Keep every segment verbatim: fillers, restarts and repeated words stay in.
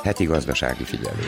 Heti gazdasági figyelő.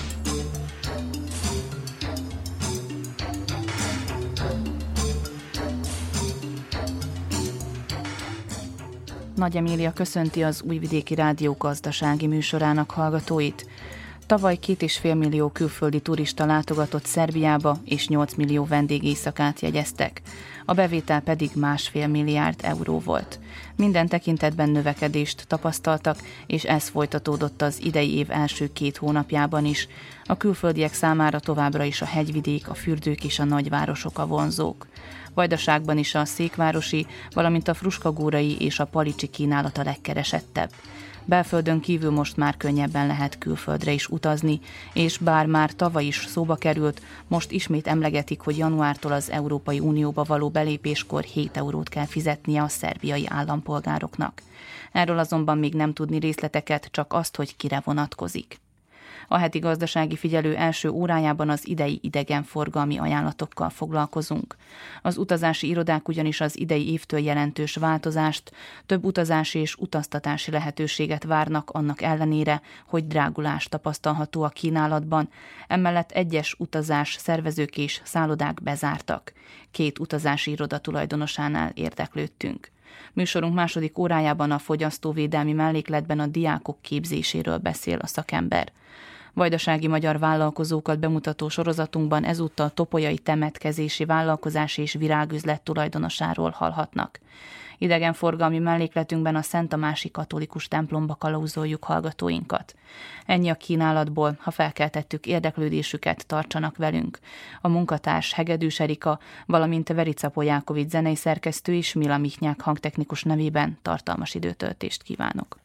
Nagy Emília köszönti az Újvidéki Rádió gazdasági műsorának hallgatóit. Tavaly két és fél millió külföldi turista látogatott Szerbiába, és nyolc millió vendégéjszakát jegyeztek. A bevétel pedig másfél milliárd euró volt. Minden tekintetben növekedést tapasztaltak, és ez folytatódott az idei év első két hónapjában is. A külföldiek számára továbbra is a hegyvidék, a fürdők és a nagyvárosok a vonzók. Vajdaságban is a székvárosi, valamint a fruskagórai és a palicsi kínálat a legkeresettebb. Belföldön kívül most már könnyebben lehet külföldre is utazni, és bár már tavaly is szóba került, most ismét emlegetik, hogy januártól az Európai Unióba való belépéskor hét eurót kell fizetnie a szerbiai állampolgároknak. Erről azonban még nem tudni részleteket, csak azt, hogy kire vonatkozik. A heti gazdasági figyelő első órájában az idei idegenforgalmi ajánlatokkal foglalkozunk. Az utazási irodák ugyanis az idei évtől jelentős változást, több utazási és utaztatási lehetőséget várnak annak ellenére, hogy drágulás tapasztalható a kínálatban, emellett egyes utazás szervezők és szállodák bezártak. Két utazási iroda tulajdonosánál érdeklődtünk. Műsorunk második órájában a fogyasztóvédelmi mellékletben a diákok képzéséről beszél a szakember. Vajdasági magyar vállalkozókat bemutató sorozatunkban ezúttal topolyai temetkezési vállalkozás és virágüzlet tulajdonosáról hallhatnak. Idegenforgalmi mellékletünkben a Szent Tamási katolikus templomba kalauzoljuk hallgatóinkat. Ennyi a kínálatból, ha felkeltettük érdeklődésüket, tartsanak velünk. A munkatárs Hegedűs Erika, valamint Verica Polyákovics zenei szerkesztő és Mila Michnyák hangtechnikus nevében tartalmas időtöltést kívánok.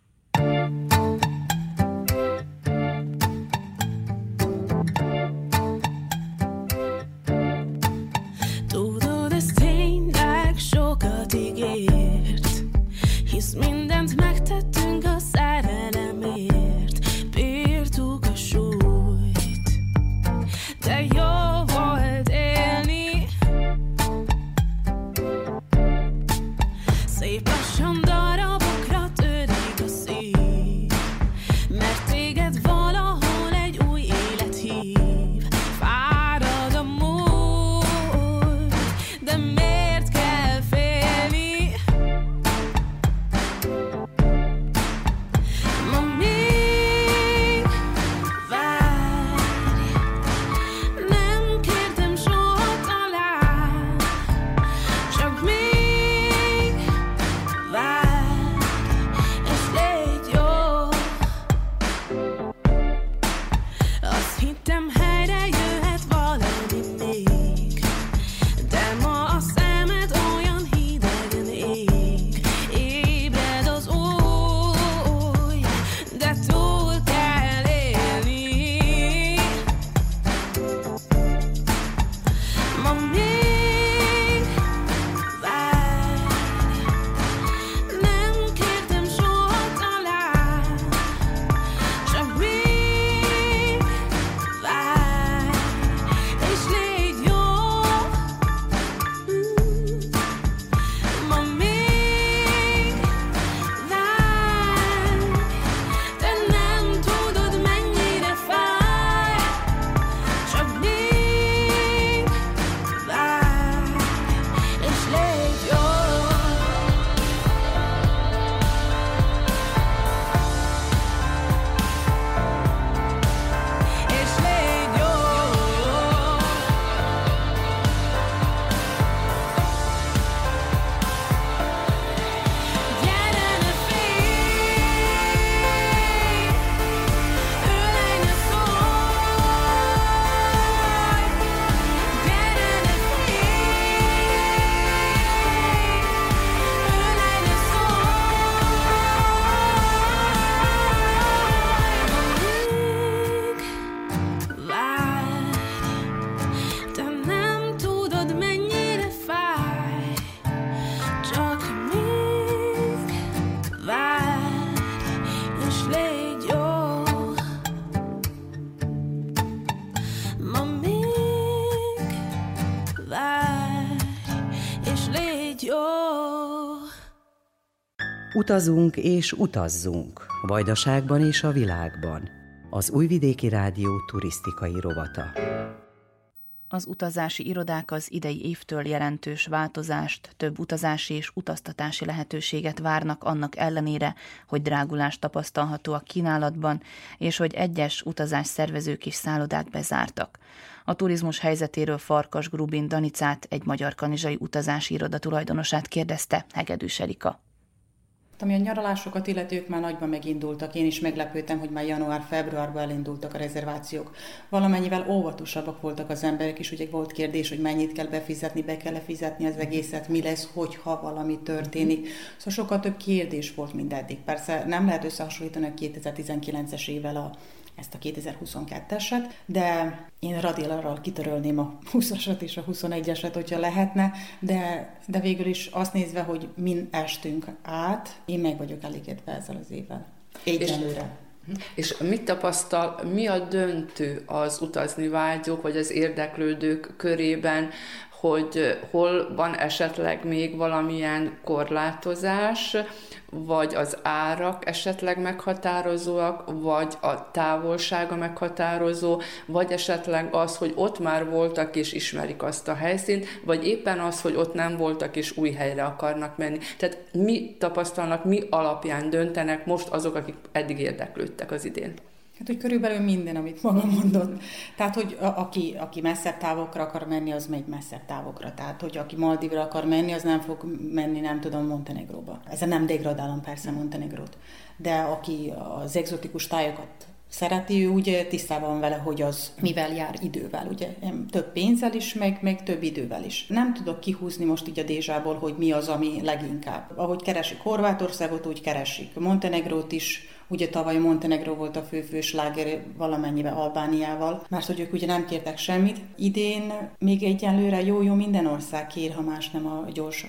Hisz mindent megtettünk a szerelemért, bírtuk a súlyt, de jó volt élni. Szép lassan darabokra törik a szív, mert téged valahol egy új élet hív. Fárad a múlt, de miért kell félni? Ma mi Utazunk és utazzunk, Vajdaságban és a világban. Az Újvidéki Rádió turisztikai rovata. Az utazási irodák az idei évtől jelentős változást, több utazási és utaztatási lehetőséget várnak annak ellenére, hogy drágulás tapasztalható a kínálatban, és hogy egyes utazásszervezők és szállodák bezártak. A turizmus helyzetéről Farkas Grubin Danicát, egy magyar kanizsai utazási iroda tulajdonosát kérdezte Hegedűs Erika. Ami a nyaralásokat illeti, ők már nagyban megindultak. Én is meglepődtem, hogy már január-februárban elindultak a rezervációk. Valamennyivel óvatosabbak voltak az emberek is, ugye volt kérdés, hogy mennyit kell befizetni, be kell fizetni az egészet, mi lesz, hogyha valami történik. Szóval sokkal több kérdés volt, mint eddig. Persze nem lehet összehasonlítani a kétezer-tizenkilences évvel a ezt a kétezer-huszonkettőeset, de én radélarral kitörölném a húszasat és a huszonegyeset, hogyha lehetne, de, de végül is azt nézve, hogy min estünk át, én meg vagyok elégedve ezzel az évvel. Egyelőre. És, és mit tapasztal, mi a döntő az utazni vágyók, vagy az érdeklődők körében, hogy hol van esetleg még valamilyen korlátozás, vagy az árak esetleg meghatározóak, vagy a távolsága meghatározó, vagy esetleg az, hogy ott már voltak és ismerik azt a helyszínt, vagy éppen az, hogy ott nem voltak és új helyre akarnak menni. Tehát mi tapasztalnak, mi alapján döntenek most azok, akik eddig érdeklődtek az idén? Hát, hogy körülbelül minden, amit maga mondott. Tehát, hogy a, aki, aki messzebb távokra akar menni, az megy messzebb távokra. Tehát, hogy aki Maldivra akar menni, az nem fog menni, nem tudom, Montenegróba. Ezzel nem degradálom persze Montenegrót. De aki az egzotikus tájokat szereti, ő ugye tisztában van vele, hogy az mivel jár idővel, ugye több pénzzel is, meg, meg több idővel is. Nem tudok kihúzni most így a dézsából, hogy mi az, ami leginkább. Ahogy keresik Horvátországot, úgy keresik Montenegrót is. Ugye tavaly Montenegró volt a fő-fő sláger valamennyivel Albániával, mert hogy ők ugye nem kértek semmit. Idén még egyenlőre jó-jó minden ország kér, ha más nem a gyors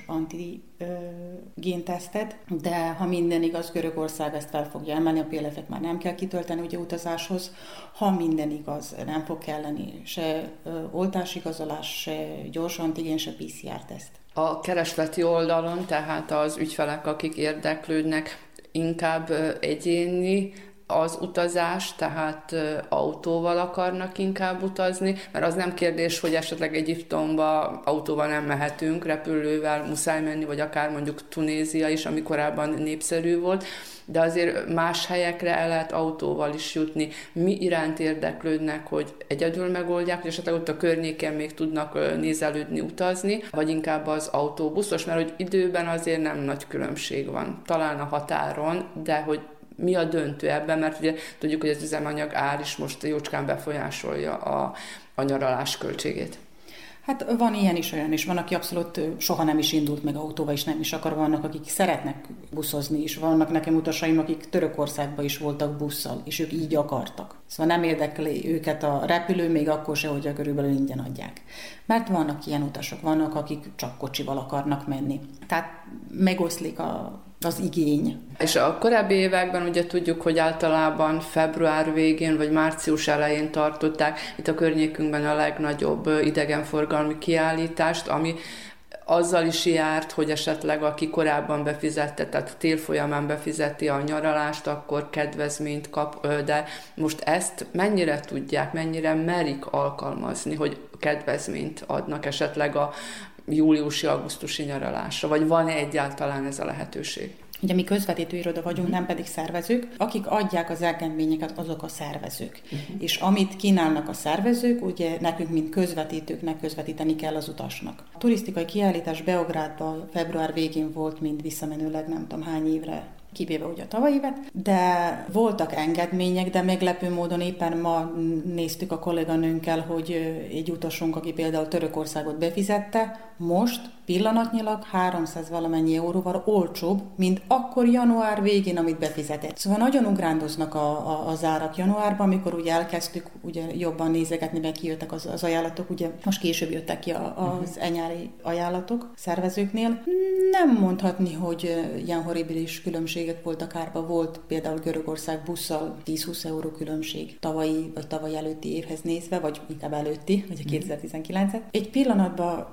antigéntesztet, de ha minden igaz, Görögország ezt fel fogja emelni, a pé el ef-et már nem kell kitölteni ugye utazáshoz. Ha minden igaz, nem fog kelleni se oltásigazolás, se gyors antigén, se pé cé er-teszt. A keresleti oldalon, tehát az ügyfelek, akik érdeklődnek, inkább egyéni az utazás, tehát autóval akarnak inkább utazni, mert az nem kérdés, hogy esetleg Egyiptomba autóval nem mehetünk, repülővel muszáj menni, vagy akár mondjuk Tunézia is, ami korábban népszerű volt, de azért más helyekre el lehet autóval is jutni. Mi iránt érdeklődnek, hogy egyedül megoldják, hogy esetleg ott a környéken még tudnak nézelődni, utazni, vagy inkább az autóbuszos, mert hogy időben azért nem nagy különbség van. Talán a határon, de hogy mi a döntő ebben, mert ugye tudjuk, hogy az üzemanyag ár is most jócskán befolyásolja a, a nyaralás költségét. Hát van ilyen is, olyan is. Van, aki abszolút soha nem is indult meg autóval, és nem is akar. Vannak, akik szeretnek buszozni is. Vannak nekem utasaim, akik Törökországban is voltak busszal, és ők így akartak. Szóval nem érdekli őket a repülő, még akkor se, hogyha körülbelül ingyen adják. Mert vannak ilyen utasok, vannak, akik csak kocsival akarnak menni. Tehát megoszlik a az igény. És a korábbi években ugye tudjuk, hogy általában február végén vagy március elején tartották itt a környékünkben a legnagyobb idegenforgalmi kiállítást, ami azzal is járt, hogy esetleg aki korábban befizette, tehát tél folyamán befizeti a nyaralást, akkor kedvezményt kap, de most ezt mennyire tudják, mennyire merik alkalmazni, hogy kedvezményt adnak esetleg a júliusi-augusztusi nyaralásra, vagy van-e egyáltalán ez a lehetőség? Ugye mi közvetítő iroda vagyunk, nem pedig szervezők. Akik adják az engedményeket, azok a szervezők. Uh-huh. És amit kínálnak a szervezők, ugye nekünk, mint közvetítőknek közvetíteni kell az utasnak. A turisztikai kiállítás Beográdban február végén volt, mind visszamenőleg nem tudom hány évre, kivéve ugye a tavalyi évet, de voltak engedmények, de meglepő módon éppen ma néztük a kolléganőnkkel, hogy egy utasunk, aki például Törökországot befizette, most pillanatnyilag háromszáz valamennyi euróval olcsóbb, mint akkor január végén, amit befizetett. Szóval nagyon ugrándoznak a, a, az árak januárban, amikor ugye elkezdtük ugye jobban nézegetni, meg kijöttek az, az ajánlatok, ugye most később jöttek ki a, az enyári ajánlatok szervezőknél. Nem mondhatni, hogy ilyen horribilis különbségek voltak árba. Volt például Görögország busszal tíz-húsz euró különbség tavalyi vagy tavaly előtti évhez nézve, vagy inkább előtti, vagy a kétezer-tizenkilencet. Egy pillanatban például egy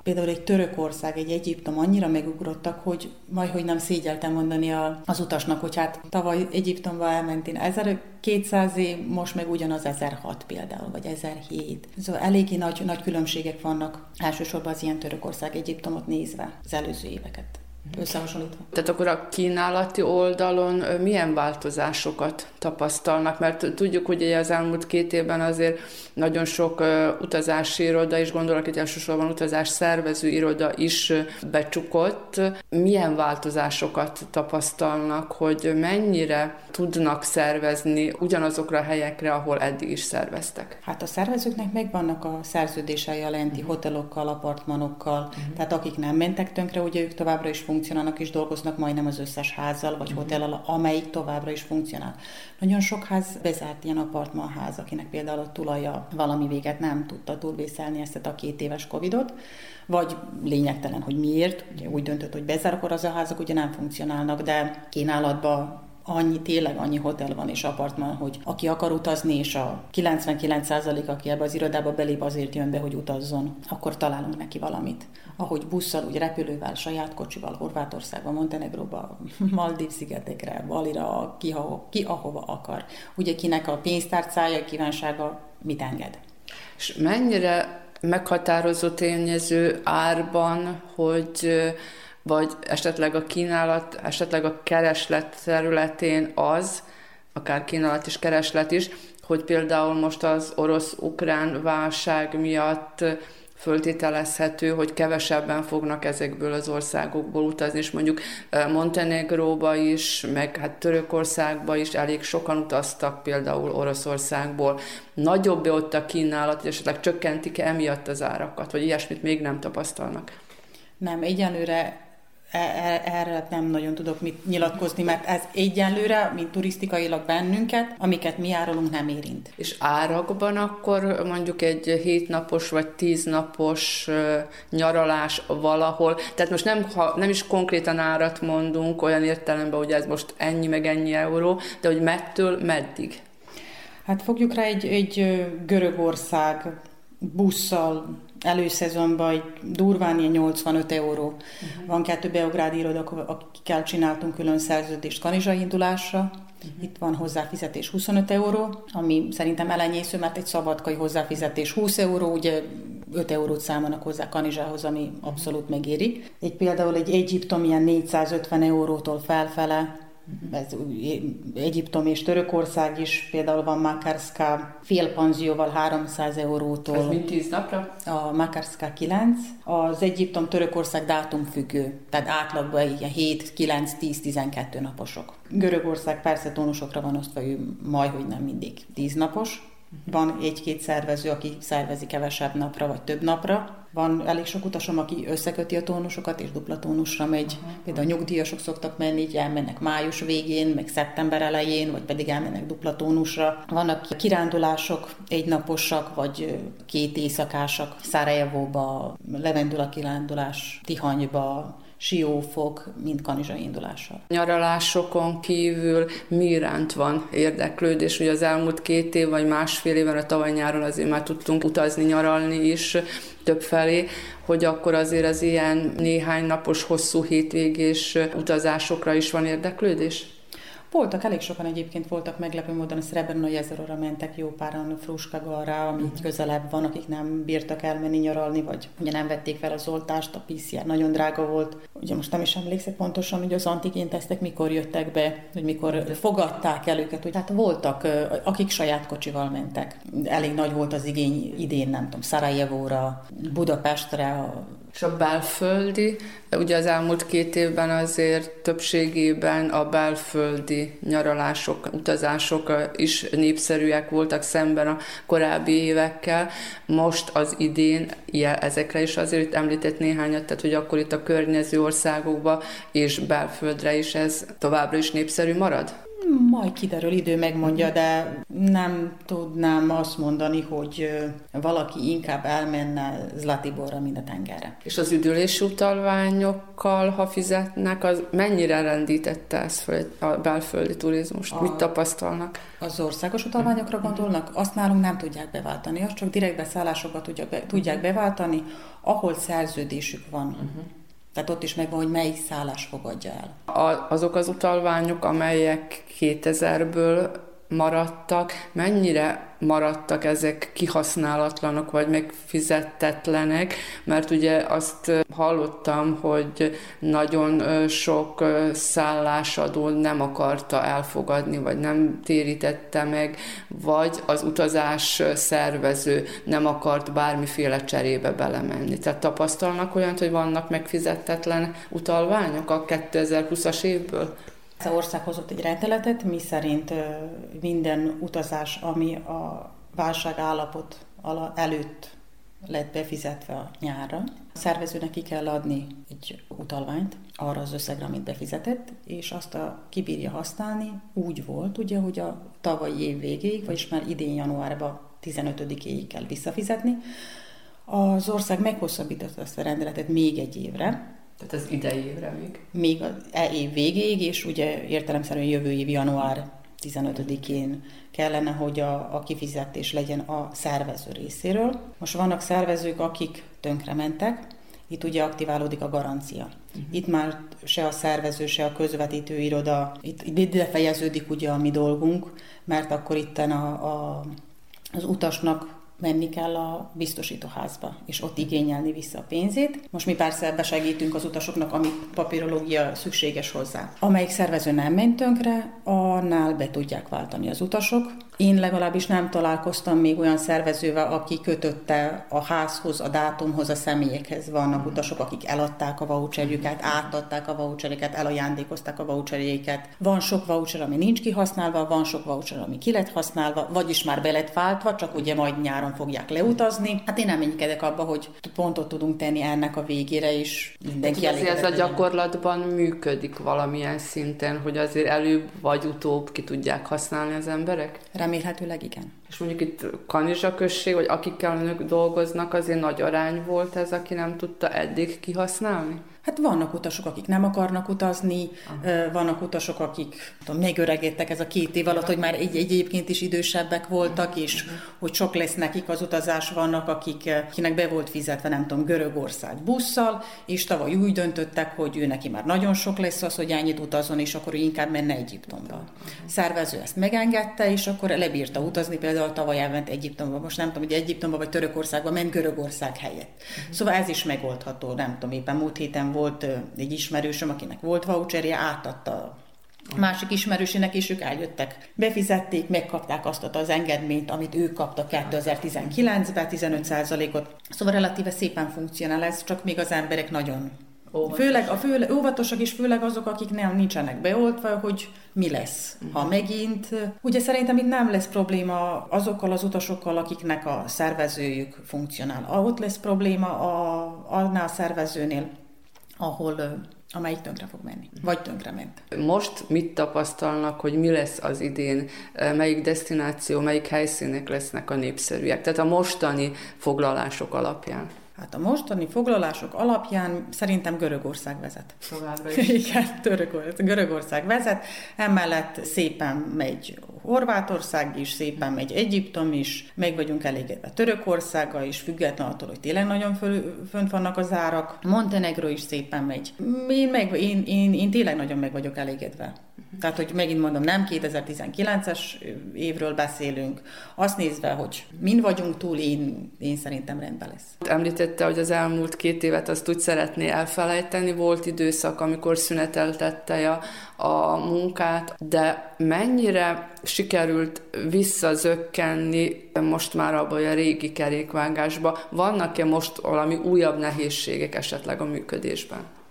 Törökország, egy Egyiptom annyira megugrottak, hogy majdhogy nem szégyeltem mondani a, az utasnak, hogy hát tavaly Egyiptomba elmentén ezerkétszáz év, most meg ugyanaz ezerhat például, vagy ezerhét. Szóval eléggé nagy, nagy különbségek vannak, elsősorban az ilyen Törökország, Egyiptomot nézve az előző éveket összehasonlítva. Tehát akkor a kínálati oldalon milyen változásokat tapasztalnak? Mert tudjuk, hogy az elmúlt két évben azért nagyon sok utazási iroda, és gondolok itt elsősorban utazás szervező iroda is becsukott. Milyen változásokat tapasztalnak, hogy mennyire tudnak szervezni ugyanazokra a helyekre, ahol eddig is szerveztek? Hát a szervezőknek megvannak a szerződései a lenti hotelokkal, apartmanokkal, uh-huh. tehát akik nem mentek tönkre, ugye ők továbbra is funkcionálnak és dolgoznak majdnem az összes házzal vagy uh-huh. hotellal, amelyik továbbra is funkcionál. Nagyon sok ház bezárt ilyen apartmanház, akinek például a tulaja valami véget nem tudta túlvészelni ezt a két éves Covidot, vagy lényegtelen, hogy miért, ugye úgy döntött, hogy bezár, akkor az a házak ugye nem funkcionálnak, de kínálatban annyi, tényleg annyi hotel van és apartman, hogy aki akar utazni, és a kilencvenkilenc százalék, aki ebbe az irodába belép, azért jön be, hogy utazzon, akkor találunk neki valamit. Ahogy busszal, úgy repülővel, saját kocsival, Horvátországba, Montenegróba, Maldív-szigetekre, Balira, ki, ki ahova akar. Ugye kinek a pénztárcája, kívánsága mit enged. És mennyire meghatározó tényező árban, hogy vagy esetleg a kínálat, esetleg a kereslet területén az, akár kínálat és kereslet is, hogy például most az orosz-ukrán válság miatt föltételezhető, hogy kevesebben fognak ezekből az országokból utazni, és mondjuk Montenegróba is, meg hát Törökországba is elég sokan utaztak például Oroszországból. Nagyobb ott a kínálat, hogy esetleg csökkentik-e emiatt az árakat, vagy ilyesmit még nem tapasztalnak? Nem, egyenlőre erre nem nagyon tudok mit nyilatkozni, mert ez egyenlőre, mint turisztikailag bennünket, amiket mi árulunk, nem érint. És árakban akkor mondjuk egy hétnapos vagy tíznapos nyaralás valahol, tehát most nem, ha, nem is konkrétan árat mondunk olyan értelemben, hogy ez most ennyi meg ennyi euró, de hogy mettől meddig? Hát fogjuk rá egy, egy Görögország busszal, előszezonban durván ilyen nyolcvanöt euró. Uh-huh. Van kettő beográdi iroda, akikkel csináltunk külön szerződést Kanizsa indulásra. Uh-huh. Itt van hozzáfizetés huszonöt euró, ami szerintem elenyésző, mert egy szabadkai hozzáfizetés húsz euró, ugye öt eurót számolnak hozzá Kanizsához, ami abszolút megéri. Egy például egy Egyiptom ilyen négyszázötven eurótól felfele, ez Egyiptom és Törökország is, például van Makarska félpanzióval háromszáz eurótól. Ez mind tíz napra? A Makarska kilenc. Az Egyiptom Törökország dátumfüggő, tehát átlagban ilyen hét, kilenc, tíz, tizenkettő naposok. Görögország persze tónusokra van osztva, ő majdhogy nem mindig tíz napos. Van egy-két szervező, aki szervezi kevesebb napra, vagy több napra. Van elég sok utasom, aki összeköti a tónusokat, és dupla tónusra megy. Uh-huh. Például a nyugdíjasok szoktak menni, így elmennek május végén, meg szeptember elején, vagy pedig elmennek dupla tónusra. Vannak kirándulások, egynaposak, vagy két éjszakásak. Szarajevóba, Levendula kirándulás, Tihanyba, Siófok, mint Kanizsa indulással. Nyaralásokon kívül mi iránt van érdeklődés? Ugye az elmúlt két év vagy másfél éven, a tavaly nyáron azért már tudtunk utazni, nyaralni is többfelé, hogy akkor azért az ilyen néhány napos, hosszú hétvégés utazásokra is van érdeklődés? Voltak, elég sokan egyébként voltak, meglepő módon a Srebreno jezerora mentek jó páran Fruskagarra, ami így közelebb van, akik nem bírtak elmenni nyaralni, vagy ugye nem vették fel az oltást, a pé cé er nagyon drága volt. Ugye most nem is emlékszek pontosan, hogy az antigéntesztek mikor jöttek be, hogy mikor fogadták el őket. Hogy hát voltak, akik saját kocsival mentek. Elég nagy volt az igény idén, nem tudom, Szarajevóra, Budapestre, a és a belföldi, ugye az elmúlt két évben azért többségében a belföldi nyaralások, utazások is népszerűek voltak szemben a korábbi évekkel. Most az idén ilyen, ezekre is azért itt említett néhányat, tehát hogy akkor itt a környező országokba és belföldre is ez továbbra is népszerű marad? Majd kiderül, idő megmondja, de nem tudnám azt mondani, hogy valaki inkább elmenne Zlatiborra, mint a tengerre. És az üdülési utalványokkal, ha fizetnek, az mennyire rendítette ezt a belföldi turizmust? A... Mit tapasztalnak? Az országos utalványokra gondolnak, azt nálunk nem tudják beváltani, azt csak direkt beszállásokat tudják, be, tudják beváltani, ahol szerződésük van. Uh-huh. Tehát ott is megvan, hogy melyik szállás fogadja el. A, azok az utalványok, amelyek kétezerből maradtak, mennyire maradtak ezek kihasználatlanok, vagy megfizettetlenek, mert ugye azt hallottam, hogy nagyon sok szállásadó nem akarta elfogadni, vagy nem térítette meg, vagy az utazás szervező nem akart bármiféle cserébe belemenni. Tehát tapasztalnak olyant, hogy vannak megfizettetlen utalványok a kétezer-húszas évből? Az ország hozott egy rendeletet, mi szerint minden utazás, ami a válságállapot előtt lett befizetve a nyárra, a szervezőnek ki kell adni egy utalványt arra az összegre, amit befizetett, és azt a, kibírja használni. Úgy volt, ugye, hogy a tavalyi év végéig, vagyis már idén januárban tizenötödikéig kell visszafizetni. Az ország meghosszabbította ezt a rendeletet még egy évre, tehát az idei évre még? Még az e év végéig, és ugye értelemszerűen jövő év január tizenötödikén kellene, hogy a, a kifizetés legyen a szervező részéről. Most vannak szervezők, akik tönkrementek, itt ugye aktiválódik a garancia. Uh-huh. Itt már se a szervező, se a közvetítő iroda, itt, itt befejeződik ugye a mi dolgunk, mert akkor itten a, a, az utasnak menni kell a biztosítóházba, és ott igényelni vissza a pénzét. Most mi persze ebbe segítünk az utasoknak, ami papírológia szükséges hozzá. Amelyik szervező nem ment tönkre, annál be tudják váltani az utasok. Én legalábbis nem találkoztam még olyan szervezővel, aki kötötte a házhoz, a dátumhoz, a személyekhez. Vannak utasok, akik eladták a voucherjüket, átadták a voucherjüket, elajándékozták a voucherjeiket. Van sok voucher, ami nincs kihasználva, van sok voucher, ami ki lett használva, vagyis már be lett váltva, csak ugye majd nyáron fogják leutazni. Hát én nem mennykedek abba, hogy pontot tudunk tenni ennek a végére is. Mindenki hát, azért ez a gyakorlatban működik valamilyen szinten, hogy azért előbb vagy utóbb ki tudják használni az emberek? Remélhetőleg igen. És mondjuk itt Kanizsa község, vagy akikkel önök dolgoznak, azért nagy arány volt ez, aki nem tudta eddig kihasználni? Hát vannak utasok, akik nem akarnak utazni, aha. Vannak utasok, akik tudom, megöregedtek ez a két év alatt, hogy már egy, egyébként is idősebbek voltak, és uh-huh. hogy sok lesz nekik az utazás, vannak, akik, akinek be volt fizetve, nem tudom, Görögország busszal, és tavaly úgy döntöttek, hogy ő neki már nagyon sok lesz az, hogy ennyit utazon, és akkor ő inkább menne Egyiptomba. Uh-huh. Szervező ezt megengedte, és akkor lebírta utazni, például tavaly elment Egyiptomba, most nem tudom, hogy Egyiptomba vagy Törökországba ment Görögország helyett. Uh-huh. Szóval ez is megoldható, nem tudom, éppen múlt héten volt egy ismerősöm, akinek volt voucherje, átadta a másik ismerősének, és ők eljöttek. Befizették, megkapták azt az engedményt, amit ő kapta kétezer-tizenkilencben, tizenöt százalékot. Szóval relatíve szépen funkcionál ez, csak még az emberek nagyon óvatosak. Főleg a főle, óvatosak is, főleg azok, akik nem nincsenek beoltva, hogy mi lesz, ha megint. Ugye szerintem itt nem lesz probléma azokkal az utasokkal, akiknek a szervezőjük funkcionál. Ott lesz probléma a, annál a szervezőnél, ahol, amelyik tönkre fog menni, vagy tönkre ment. Most mit tapasztalnak, hogy mi lesz az idén, melyik desztináció, melyik helyszínek lesznek a népszerűek? Tehát a mostani foglalások alapján. Hát a mostani foglalások alapján szerintem Görögország vezet. Igen, Törökország, Görögország vezet, emellett szépen megy Horvátország is, szépen megy Egyiptom is, meg vagyunk elégedve Törökországgal is, független attól, hogy tényleg nagyon föl, fönt vannak az árak. Montenegro is szépen megy. Én, meg, én, én, én tényleg nagyon meg vagyok elégedve. Tehát, hogy megint mondom, nem kétezer-tizenkilences évről beszélünk, azt nézve, hogy mind vagyunk túl, én, én szerintem rendben lesz. Említette, hogy az elmúlt két évet azt úgy szeretné elfelejteni, volt időszak, amikor szüneteltette a, a munkát, de mennyire sikerült visszazökkenni most már abban a régi kerékvágásba? Vannak-e most valami újabb nehézségek esetleg a működésben?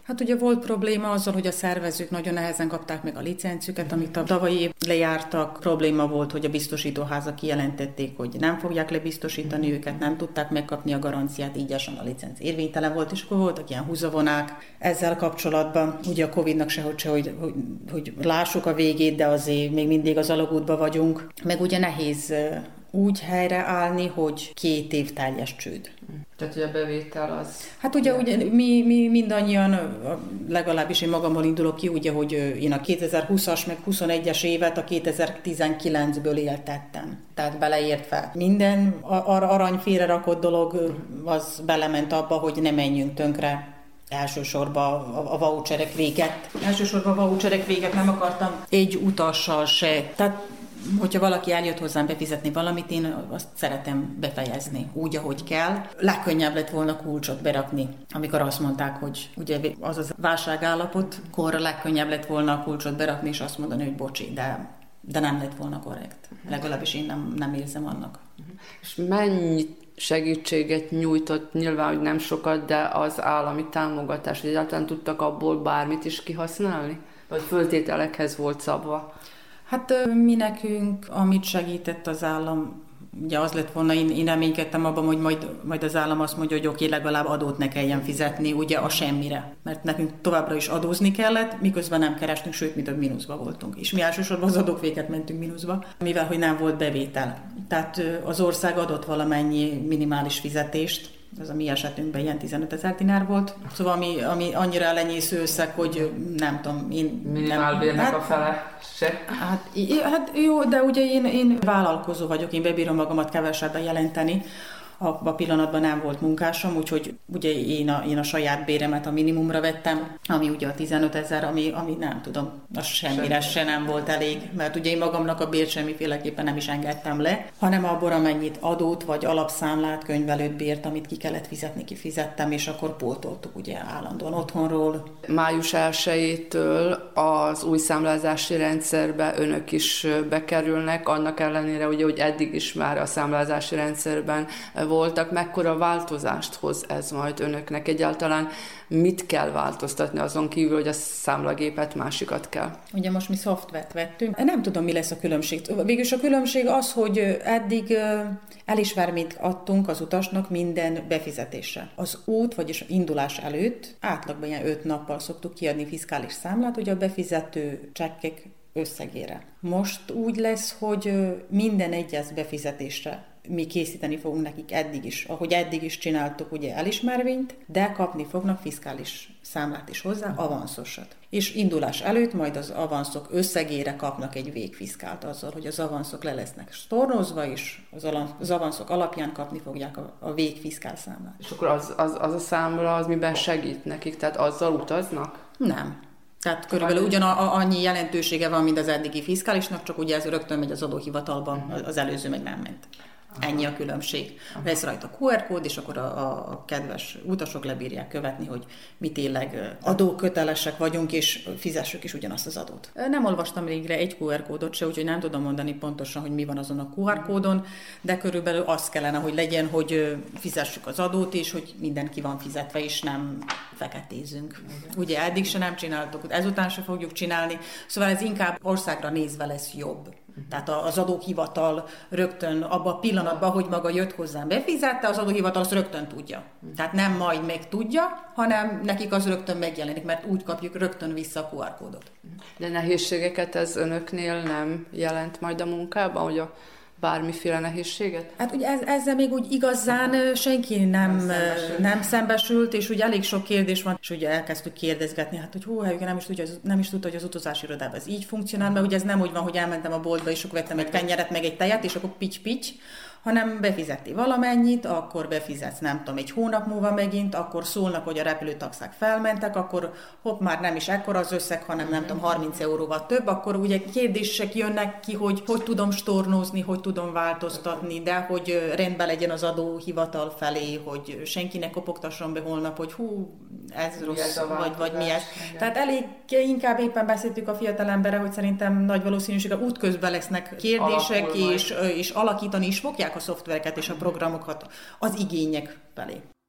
Hát ugye volt probléma azzal, hogy a szervezők nagyon nehezen kapták meg a licencüket, amit a tavalyi év lejártak. Probléma volt, hogy a biztosítóházak kijelentették, hogy nem fogják lebiztosítani őket, nem tudták megkapni a garanciát, így a licenc érvénytelen volt, és akkor voltak ilyen húzavonák ezzel kapcsolatban. Ugye a Covidnak sehogy se, hogy, hogy, hogy lássuk a végét, de azért még mindig az alagútban vagyunk. Meg ugye nehéz úgy helyreállni, hogy két év teljes csőd. Tehát, hogy a bevétel az... Hát ugye, ugye mi, mi mindannyian, legalábbis én magamból indulok ki, ugye, hogy én a kétezer-húszas meg huszonegyes évet a kétezer-tizenkilencből éltettem. Tehát beleértve minden arany félrerakott dolog, az belement abba, hogy ne menjünk tönkre. Elsősorban a, a voucherek véget. Elsősorban a voucherek véget nem akartam egy utassal se. Tehát hogyha valaki eljött hozzám befizetni valamit, én azt szeretem befejezni úgy, ahogy kell. Legkönnyebb lett volna kulcsot berakni, amikor azt mondták, hogy ugye az az válságállapot, akkor legkönnyebb lett volna a kulcsot berakni, és azt mondani, hogy bocsi, de, de nem lett volna korrekt. Legalábbis én nem, nem érzem annak. És mennyi segítséget nyújtott, nyilván, hogy nem sokat, de az állami támogatás, hogy egyáltalán tudtak abból bármit is kihasználni? Vagy föltételekhez volt szabva? Hát mi nekünk, amit segített az állam, ugye az lett volna, én, én reménykedtem abban, hogy majd, majd az állam azt mondja, hogy oké, legalább adót ne kelljen fizetni, ugye a semmire. Mert nekünk továbbra is adózni kellett, miközben nem kerestünk, sőt, mi több mínuszba voltunk. És mi elsősorban az adók véget mentünk mínuszba, mivel hogy nem volt bevétel. Tehát az ország adott valamennyi minimális fizetést, az a mi esetünkben ilyen tizenötezer dinár volt. Szóval ami, ami annyira elenyésző összeg, hogy nem tudom, én... Minimálbérnek hát, a fele se. Hát, hát jó, de ugye én, én vállalkozó vagyok, én bebírom magamat kevesebben jelenteni. Abban a pillanatban nem volt munkásom, úgyhogy ugye én a, én a saját béremet a minimumra vettem, ami ugye a tizenötezer, ami, ami nem tudom, az semmire se nem volt elég, mert ugye én magamnak a bért semmiféleképpen nem is engedtem le, hanem abból, amennyit adót vagy alapszámlát, könyvelőt bért, amit ki kellett fizetni, kifizettem, és akkor pótoltuk ugye állandóan otthonról. Május elsejétől az új számlázási rendszerbe önök is bekerülnek, annak ellenére ugye, hogy eddig is már a számlázási rendszerben voltak, mekkora változást hoz ez majd önöknek? Egyáltalán mit kell változtatni azon kívül, hogy a számlagépet másikat kell? Ugye most mi szoftvert vettünk. Nem tudom, mi lesz a különbség. Végülis a különbség az, hogy eddig elismerményt adtunk az utasnak minden befizetésre. Az út, vagyis indulás előtt átlagban ilyen öt nappal szoktuk kiadni fiskális számlát, ugye a befizető csekkek összegére. Most úgy lesz, hogy minden egyes befizetésre mi készíteni fogunk nekik eddig is, ahogy eddig is csináltuk ugye elismervényt, de kapni fognak fiskális számlát is hozzá, avanszosat. És indulás előtt majd az avanszok összegére kapnak egy végfiszkált azzal, hogy az avanszok le lesznek stornozva, és az, az avanszok alapján kapni fogják a, a végfiszkál számlát. És akkor az, az, az a számla, az miben segít nekik? Tehát azzal utaznak? Nem. Tehát körülbelül ugyan a, annyi jelentősége van, mint az eddigi fiskálisnak, csak ugye ez rögtön megy az adóhivatalban, uh-huh. az előző meg nem ment. Aha. Ennyi a különbség. Aha. Lesz rajta kú er kód, és akkor a, a kedves utasok lebírják követni, hogy mi tényleg adókötelesek vagyunk, és fizessük is ugyanazt az adót. Nem olvastam végre egy kú er kódot se, úgyhogy nem tudom mondani pontosan, hogy mi van azon a kú er kódon, de körülbelül az kellene, hogy legyen, hogy fizessük az adót, és hogy minden ki van fizetve, és nem feketézünk. Ugye eddig se nem csináltuk, ezután se fogjuk csinálni, szóval ez inkább országra nézve lesz jobb. Tehát az adóhivatal rögtön abban a pillanatban, hogy maga jött hozzám, befizette, az adóhivatal azt rögtön tudja. Tehát nem majd meg tudja, hanem nekik az rögtön megjelenik, mert úgy kapjuk rögtön vissza a kú er kódot. De nehézségeket ez önöknél nem jelent majd a munkában, hogy a bármiféle nehézséget? Hát ugye ez, ezzel még úgy igazán senki nem, nem, szembesült. nem szembesült, és ugye elég sok kérdés van, és ugye elkezdtük kérdezgetni, hát hogy hú, nem is tudja, nem is tudta, hogy az utazási irodában ez így funkcionál, mert ugye ez nem úgy van, hogy elmentem a boltba, és akkor vettem egy kenyeret, meg egy tejet, és akkor pics-pics, hanem befizeti valamennyit, akkor befizetsz, nem tudom, egy hónap múlva megint, akkor szólnak, hogy a repülőtaxák felmentek, akkor hopp, már nem is ekkora az összeg, hanem nem tudom, harminc euróval több, akkor ugye kérdések jönnek ki, hogy hogy tudom stornózni, hogy tudom változtatni, de hogy rendben legyen az adóhivatal felé, hogy senkinek kopogtasson be holnap, hogy hú, ez rossz, ez vagy, vagy mi ez. Igen. Tehát elég inkább éppen beszéltük a fiatalemberre, hogy szerintem nagy valószínűséggel útközben lesznek kérdések, és, és alakítani is fogják a szoftvereket és a programokat az igények felé.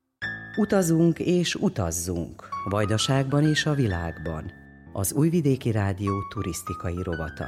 Utazunk és utazzunk, Vajdaságban és a világban. Az Újvidéki Rádió turisztikai rovata.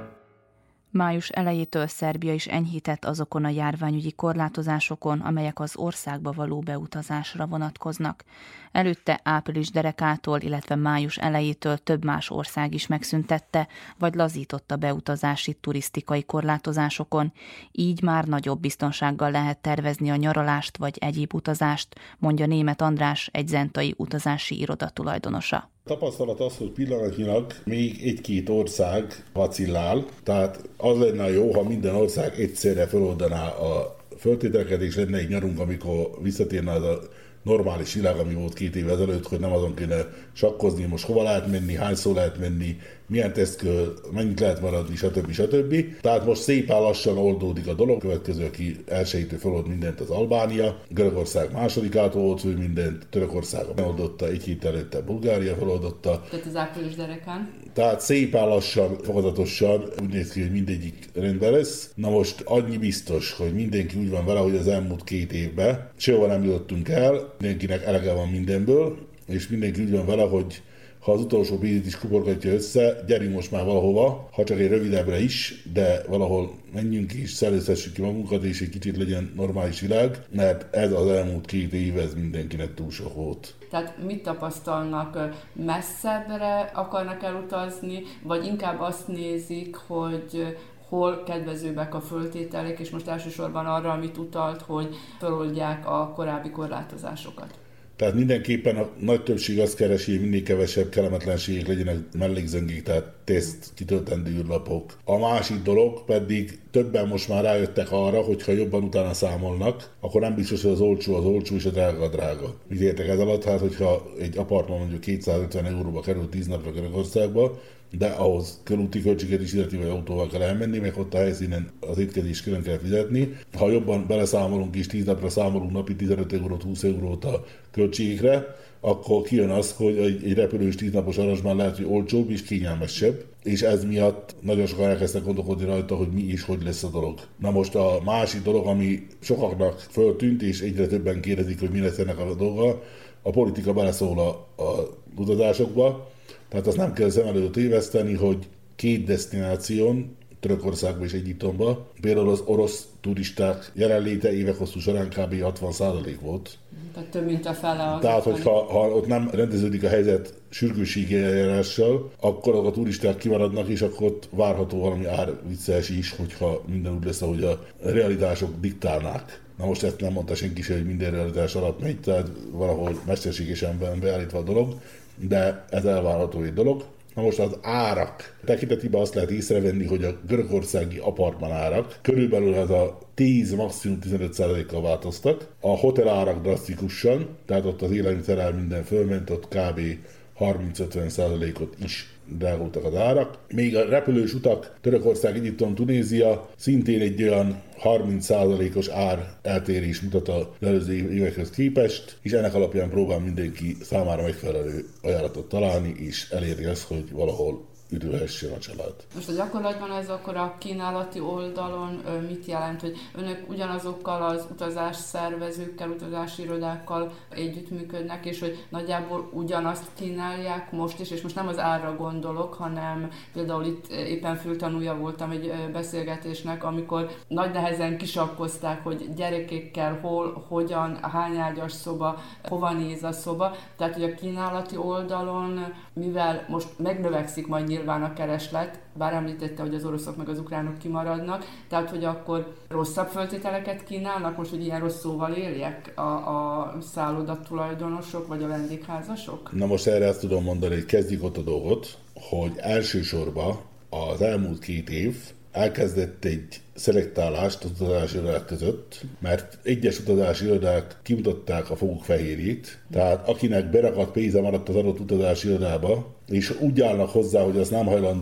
Május elejétől Szerbia is enyhített azokon a járványügyi korlátozásokon, amelyek az országba való beutazásra vonatkoznak. Előtte április derekától, illetve május elejétől több más ország is megszüntette, vagy lazította beutazási turisztikai korlátozásokon. Így már nagyobb biztonsággal lehet tervezni a nyaralást vagy egyéb utazást, mondja Németh András, egy zentai utazási iroda tulajdonosa. Tapasztalat az, hogy pillanatnyilag még egy-két ország vacillál, tehát az lenne jó, ha minden ország egyszerre feloldaná a föltételeket, és lenne egy nyarunk, amikor visszatérne az a normális világ, ami volt két évvel ezelőtt, hogy nem azon kéne sakkozni, most hova lehet menni, hányszor lehet menni, milyen tesztköl, mennyit lehet maradni, stb. stb. Tehát most szépen lassan oldódik a dolog. Következő, aki elsőjétől felold mindent, az Albánia, Görögország másodikától old föl mindent, Törökország feloldotta, egy hét előtte Bulgária feloldotta. Tehát az április derekán. Tehát szépen lassan, fokozatosan úgy néz ki, hogy mindegyik rendben lesz. Na most annyi biztos, hogy mindenki úgy van vele, hogy az elmúlt két évben sehova nem jutottunk el, mindenkinek elege van mindenből, és mindenki úgy van vele, hogy ha az utolsó pénzét is kuporgatja össze, gyerünk most már valahova, ha csak egy rövidebbre is, de valahol menjünk és szellőzhessük ki magunkat, és egy kicsit legyen normális világ, mert ez az elmúlt két év, ez mindenkinek túl sok volt. Tehát mit tapasztalnak, messzebbre akarnak elutazni, vagy inkább azt nézik, hogy hol kedvezőbbek a föltételek, és most elsősorban arra, amit utalt, hogy feloldják a korábbi korlátozásokat? Tehát mindenképpen a nagy többség azt keresi, hogy minél kevesebb kellemetlenségek legyenek, mellékzöngék, tehát teszt, kitöltendő űrlapok. A másik dolog pedig többen most már rájöttek arra, hogy ha jobban utána számolnak, akkor nem biztos, hogy az olcsó az olcsó és a drága a drága. Mit értek ez alatt? Hát, hogyha egy apartman mondjuk kétszázötven euróba kerül tíz napra Görögországba, de ahhoz körúti költséget is illeti, vagy autóval kell elmenni, meg ott a helyszínen az étkezést külön kell fizetni. Ha jobban beleszámolunk és tíz napra számolunk napi tizenöt eurót, húsz eurót a költségekre, akkor kijön az, hogy egy repülős tíznapos aranzsban lehet, hogy olcsóbb és kényelmesebb, és ez miatt nagyon sokan elkezdtek gondolkodni rajta, hogy mi is, hogy lesz a dolog. Na most a másik dolog, ami sokaknak föltűnt, és egyre többen kérdezik, hogy mi lesz ennek a dolga, a politika beleszól a, a utazásokba. Tehát azt nem kell szem előtt éveszteni, hogy két desztináción, Törökországban és Egyiptomban, például az orosz turisták jelenléte évek hosszú során kb. hatvan százalék volt. Tehát több, mint a fele az. Tehát, hogyha ha ott nem rendeződik a helyzet sürgősségi eljárással, akkor a turisták kimaradnak, és akkor ott várható valami árvicces is, hogyha minden úgy lesz, ahogy a realitások diktálnák. Na most ezt nem mondta senki sem, hogy minden realitás alatt megy, tehát valahol mesterségesen beállítva a dolog, de ez elvárható egy dolog. Na most az árak tekintetében azt lehet észrevenni, hogy a görögországi apartman árak körülbelül az a tíz, maximum tizenöt százalékkal változtak. A hotel árak drasztikusan, tehát ott az élelmiszerár minden fölment, ott kb. harminc-ötven százalékot is drágultak az árak. Még a repülős utak, Törökország, Egyiptom, Tunézia szintén egy olyan harminc százalékos ár eltérés mutat az előző évekhez képest, és ennek alapján próbál mindenki számára megfelelő ajánlatot találni, és elérni azt, hogy valahol üdülhessen a család. Most a gyakorlatban ez akkor a kínálati oldalon mit jelent, hogy önök ugyanazokkal az utazás szervezőkkel, utazási irodákkal együttműködnek, és hogy nagyjából ugyanazt kínálják most is, és most nem az árra gondolok, hanem például itt éppen fültanúja voltam egy beszélgetésnek, amikor nagy nehezen kisakkozták, hogy gyerekekkel hol, hogyan, hány ágyas szoba, hova néz a szoba, tehát hogy a kínálati oldalon, mivel most megnövekszik majd nyilván a kereslet, bár említette, hogy az oroszok meg az ukránok kimaradnak, tehát hogy akkor rosszabb föltételeket kínálnak, most, hogy ilyen rossz szóval éljek a, a szálloda tulajdonosok vagy a vendégházasok? Na most erre azt tudom mondani, hogy kezdjük ott a dolgot, hogy elsősorban az elmúlt két év elkezdett egy szelektálást az utazási irodák között, mert egyes utazási irodák kimutatták a foguk fehérjét, tehát akinek berakadt pénze maradt az adott utazási irodába, és úgy állnak hozzá, hogy azt nem hajlandók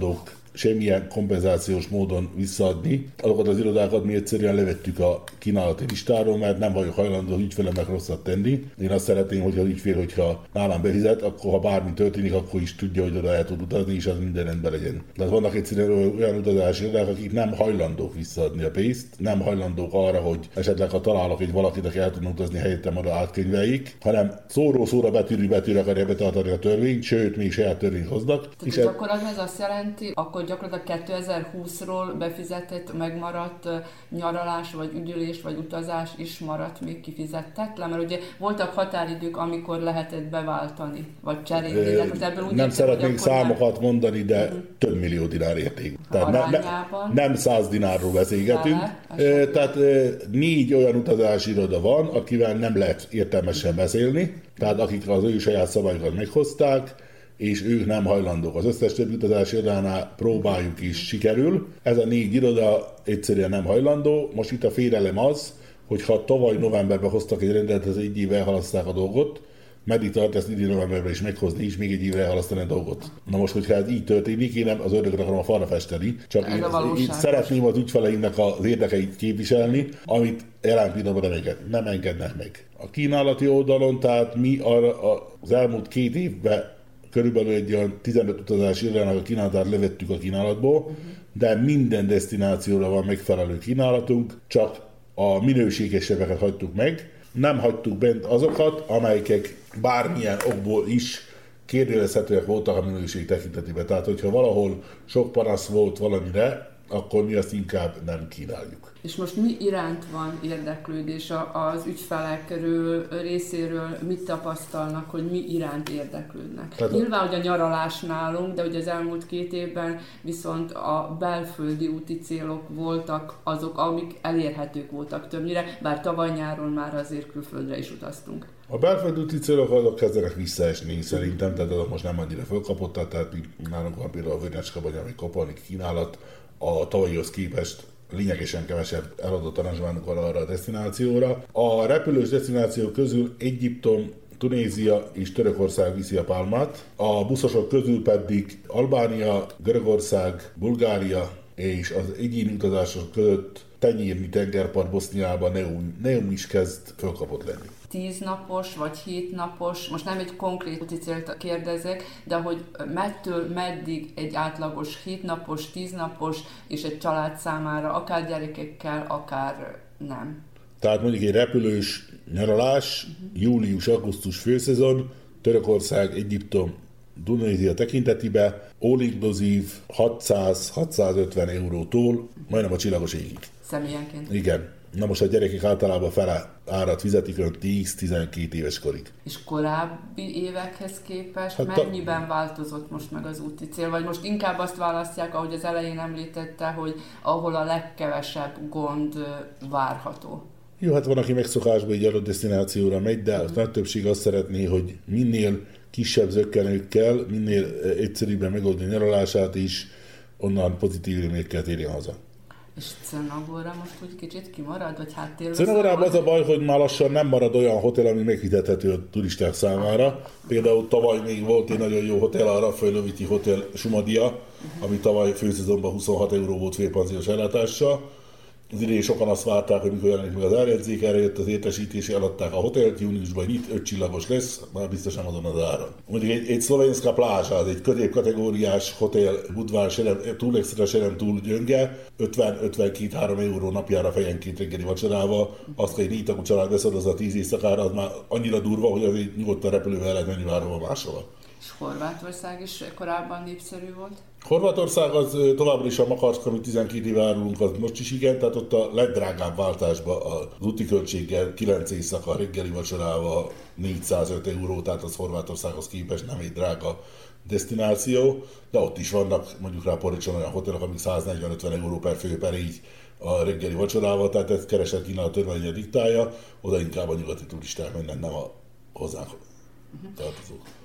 semmilyen kompenzációs módon visszaadni. Azokat az irodákat mi egyszerűen levettük a kínálati listáról, mert nem vagyok hajlandó az ügyfelemnek rosszat tenni. Én azt szeretném, hogy az ügyfél, hogyha nálam befizet, akkor ha bármi történik, akkor is tudja, hogy oda el tud utazni, és az minden rendben legyen. Tehát vannak egyszerűen olyan utazási irodák, akik nem hajlandók visszaadni a pénzt, nem hajlandók arra, hogy esetleg ha találok egy valakit, aki el tudna utazni helyettem, oda átkönyveljék, hanem szóró szóra betűrű betűre akarja betartani a törvényt, sőt, még saját törvényt hoznak. Tehát és gyakorlatilag ez azt jelenti, akkor gyakorlatilag kétezer-húszról befizetett, megmaradt nyaralás, vagy üdülés, vagy utazás is maradt még kifizettetlen, mert ugye voltak határidők, amikor lehetett beváltani, vagy cserélni. E, most ebből úgy nem értem, szeretnénk számokat nem... mondani, de uh-huh. több millió dinár érték. Tehát ne, ne, nem száz dinárról beszélgetünk. E, tehát e, négy olyan utazási iroda van, akivel nem lehet értelmesen beszélni, tehát akik az ő saját szabályokat meghozták, és ők nem hajlandók. Az összes többi utazási irodánál próbáljuk is, sikerül. Ez a négy iroda egyszerűen nem hajlandó. Most itt a félelem az, hogy ha tavaly novemberben hoztak egy rendeletet, az egy éve elhalaszták a dolgot, meddig tart ezt idén novemberben is meghozni, és még egy évre elhalasztani a dolgot. Na most, hogyha ez így történik, én nem az ördögre akarom a falra festeni, csak én, én szeretném az ügyfeleinknek az érdekeit képviselni, amit jelen pillanatban nem, enged, nem engednek meg. A kínálati oldalon, tehát mi arra az elmúlt két évben körülbelül egy olyan tizenöt utazási irodának a kínálatát levettük a kínálatból, uh-huh. de minden desztinációra van megfelelő kínálatunk, csak a minőségesebbeket hagytuk meg. Nem hagytuk bent azokat, amelyek bármilyen okból is kérdőjelezhetőek voltak a minőség tekintetében. Tehát, hogyha valahol sok panasz volt valamire, akkor mi azt inkább nem kínáljuk. És most mi iránt van érdeklődés az ügyfelekről részéről, mit tapasztalnak, hogy mi iránt érdeklődnek? Tehát nyilván, hogy a nyaralás nálunk, de ugye az elmúlt két évben viszont a belföldi úti célok voltak azok, amik elérhetők voltak többnyire, bár tavaly nyáron már azért külföldre is utaztunk. A belföldi úti célok azok kezdenek visszaesni szerintem, tehát azok most nem annyira fölkapottak, tehát nálunk van például a Vörnyecskabanya, ami Kopalnik kínálat, a tavalyihoz képest lényegesen kevesebb eladott aranzsmánunk van arra a desztinációra. A repülős desztinációk közül Egyiptom, Tunézia és Törökország viszi a pálmát, a buszosok közül pedig Albánia, Görögország, Bulgária és az egyéni utazások között tenyírni tengerpart Boszniában Neum, Neum is kezd fölkapott lenni. Tíznapos vagy hétnapos, most nem egy konkrét úti célt kérdezek, de hogy mettől meddig egy átlagos hétnapos, tíznapos és egy család számára, akár gyerekekkel, akár nem. Tehát mondjuk egy repülős nyaralás, uh-huh. július-augusztus főszezon, Törökország, Egyiptom, Tunézia tekintetében all inclusive hatszáz-hatszázötven eurótól majdnem a csillagos égig. Személyenként? Igen. Na most a gyerekek általában fele árat fizetik ön tíz-tizenkét éves korig. És korábbi évekhez képest hát mennyiben ta... változott most meg az úti cél? Vagy most inkább azt választják, ahogy az elején említette, hogy ahol a legkevesebb gond várható? Jó, hát van, aki megszokásban egy adott desztinációra megy, de a nagy többség azt szeretné, hogy minél kisebb zökkenőkkel, minél egyszerűbben megoldni nyaralását is, onnan pozitív élményekkel térjen haza. És Crnogorra most úgy kicsit kimarad, vagy háttérbe? Crnogorrában az a baj, hogy már lassan nem marad olyan hotel, ami megfizethető a turisták számára. Például tavaly még volt egy nagyon jó hotel, a Raffaelloviti Hotel Sumadia, uh-huh. ami tavaly főszezonban huszonhat euró volt félpanziós ellátással. Az idén sokan azt várták, hogy mikor jelenik meg az árjegyzék, erre jött az értesítés, eladták a hotelt, júniusban itt öt csillagos lesz, már biztosan azon az áron. Mondjuk egy, egy Szlovenska plázsa, az egy középkategóriás hotel, budvár, túl extra, se nem túl gyönge, ötven-ötvenkét-három euró napjára fejenként reggeli vacsorával, azt, hogy egy négy tagú család beszadozza tíz éjszakára, az már annyira durva, hogy azért nyugodtan repülővel lehet menni várva máshova. És Horvátország is korábban népszerű volt? Horvátország az továbbra is a Makarszk, amit tizenkét éve árulunk, az most is igen, tehát ott a legdrágább váltásban az úti költséggel kilenc éjszaka reggeli vacsorával négyszázöt euró, tehát az Horvátországhoz képest nem egy drága desztináció, de ott is vannak mondjuk rá Poricson olyan hotelek, amik száznegyven-ötven euró per fő per így a reggeli vacsorával, tehát ezt keresett kínál törvénye diktálja, oda inkább a nyugati turisták mennek, nem a hozzánk tartozók.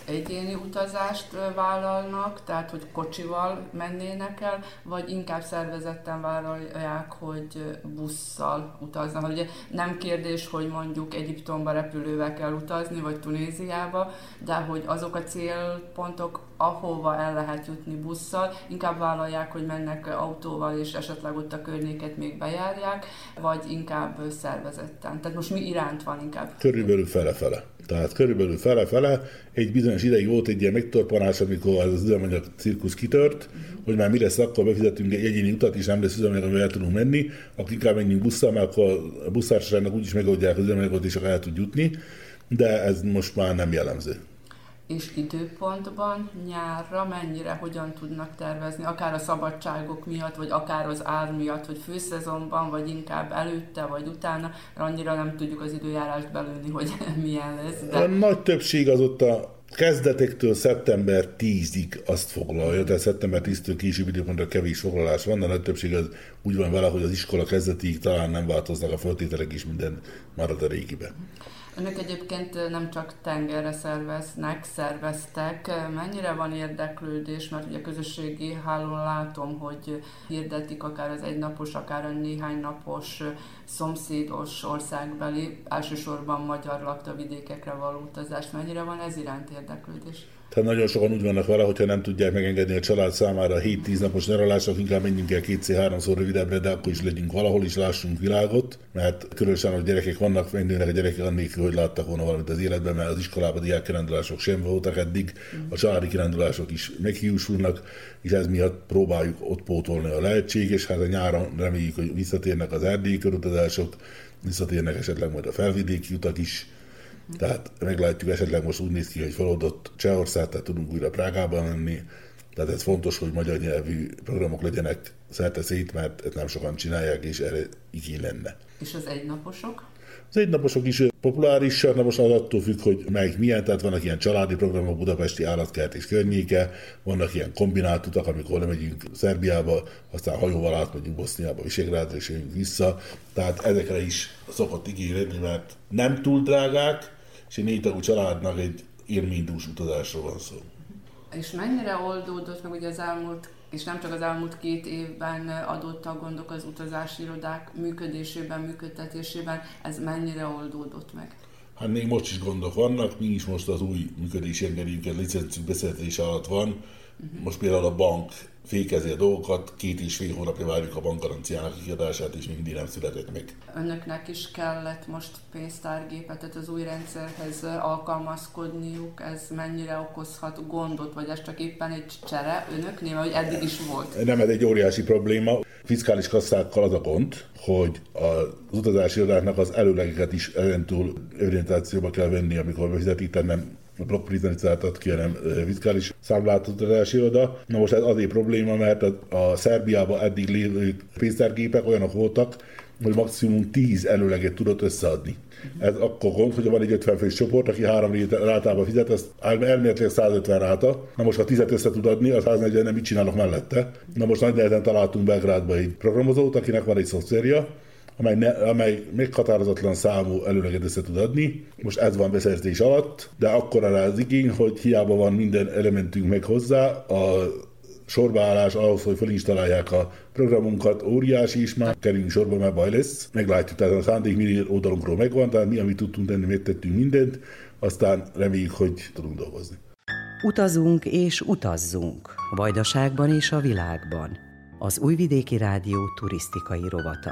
egyéni utazást vállalnak, tehát hogy kocsival mennének el, vagy inkább szervezetten vállalják, hogy busszal utaznak. Ugye nem kérdés, hogy mondjuk Egyiptomba repülővel kell utazni, vagy Tunéziába, de hogy azok a célpontok, ahova el lehet jutni busszal, inkább vállalják, hogy mennek autóval, és esetleg ott a környéket még bejárják, vagy inkább szervezetten. Tehát most mi iránt van inkább? Körülbelül fele-fele. Tehát körülbelül fele-fele. Egy bizonyos ideig volt egy ilyen megtorpanás, amikor az üzemanyag cirkusz kitört, hogy már mi lesz, akkor befizetünk egy egyéni utat, és nem lesz üzemanyag, amivel el tudunk menni, akkor inkább menjünk busszal, mert akkor a busztársaságnak úgyis megoldják az üzemanyagot, és akkor el tud jutni, de ez most már nem jellemző. És időpontban, nyárra mennyire, hogyan tudnak tervezni, akár a szabadságok miatt, vagy akár az ár miatt, hogy főszezonban, vagy inkább előtte, vagy utána, annyira nem tudjuk az időjárást belőni, hogy milyen lesz. De... A nagy többség az ott a kezdetektől szeptember tízig azt foglalja, tehát szeptember tíztől később időpontra kevés foglalás van, de a nagy többség az úgy van vele, hogy az iskola kezdetig talán nem változnak a feltételek, és minden marad a régiben. Önök egyébként nem csak tengerre szerveznek, szerveztek. Mennyire van érdeklődés, mert ugye közösségi hálón látom, hogy hirdetik akár az egynapos, akár a néhány napos szomszédos országbeli, elsősorban magyar laktavidékekre való utazást. Mennyire van ez iránt érdeklődés? Tehát nagyon sokan úgy vannak vele, hogyha nem tudják megengedni a család számára hét-tíz napos nyaralásra, inkább menjünk el kétszer-háromszor rövidebbre, de akkor is legyünk valahol, is lássunk világot, mert különösen, hogy gyerekek vannak, mennének a gyerekek annélkül, hogy láttak volna valamit az életben, mert az iskolában diákkirándulások sem voltak eddig, a családi kirándulások is meghiúsulnak, és ez miatt próbáljuk ott pótolni a lehetséges, hát a nyáron reméljük, hogy visszatérnek az erdélyi körutazások, visszatérnek esetleg majd a felvidéki utak is. Tehát meglátjuk, esetleg most úgy néz ki, hogy feloldott Csehország, tehát tudunk újra Prágában menni. Tehát ez fontos, hogy magyar nyelvű programok legyenek szerte szét, mert ezt nem sokan csinálják, és erre igény lenne. És az egynaposok? Az egynaposok is populárisak, de most az attól függ, hogy melyik milyen, tehát vannak ilyen családi programok, budapesti állatkert és környéke, vannak ilyen kombinált utak, amikor lemegyünk Szerbiába, aztán hajóval átmegyünk Boszniába, Visegrádra, és jövünk vissza. Tehát ezekre is szokott igény lenni, mert nem túl drágák, és egy négy tagú családnak egy élménydús utazásról van szó. És mennyire oldódott meg ugye az elmúlt, és nem csak az elmúlt két évben adottak gondok az utazási irodák működésében, működtetésében, ez mennyire oldódott meg? Hát még most is gondok vannak, mi is most az új működési engedélyünket licencünk beszerzése alatt van. Uh-huh. Most például a bank fékezi a dolgokat, két és fél hónapja várjuk a bankgaranciának kiadását, és még mindig nem született meg. Önöknek is kellett most pénztárgépet, tehát az új rendszerhez alkalmazkodniuk, ez mennyire okozhat gondot, vagy ez csak éppen egy csere önöknél, vagy eddig is volt? Nem, ez egy óriási probléma. Fiskális kasszákkal az a gond, hogy az utazási irodáknak az előlegeket is ezentúl orientációba kell venni, amikor befizetik, tehát nem blokkprizanizált ad ki, hanem fiskális számlát utazási iroda. Na most ez azért probléma, mert a, a Szerbiában eddig lévő pénztárgépek olyanok voltak, hogy maximum tíz előleget tudott összeadni. Ez akkor gond, hogyha van egy ötven fős csoport, aki három rátába fizet, az elméletileg százötven ráta. Na most, ha tízet össze tud adni, az száznegyven nem mit csinálnak mellette. Na most nagy nehezen találtunk Belgrádba egy programozót, akinek van egy szoftverja, amely, ne, amely meghatározatlan számú előleget össze tud adni. Most ez van beszerzés alatt, de akkora rá az igény, hogy hiába van minden elementünk meg hozzá, a sorbaállás ahhoz, hogy felinstallálják a programunkat, óriási is, már kerüljünk sorba, mert baj lesz. Meglátjuk, tehát a szándék mi oldalunkról megvan, tehát mi, amit tudtunk tenni, megtettünk mindent, aztán reméljük, hogy tudunk dolgozni. Utazunk és utazzunk, Vajdaságban és a világban. Az Újvidéki Rádió turisztikai rovata.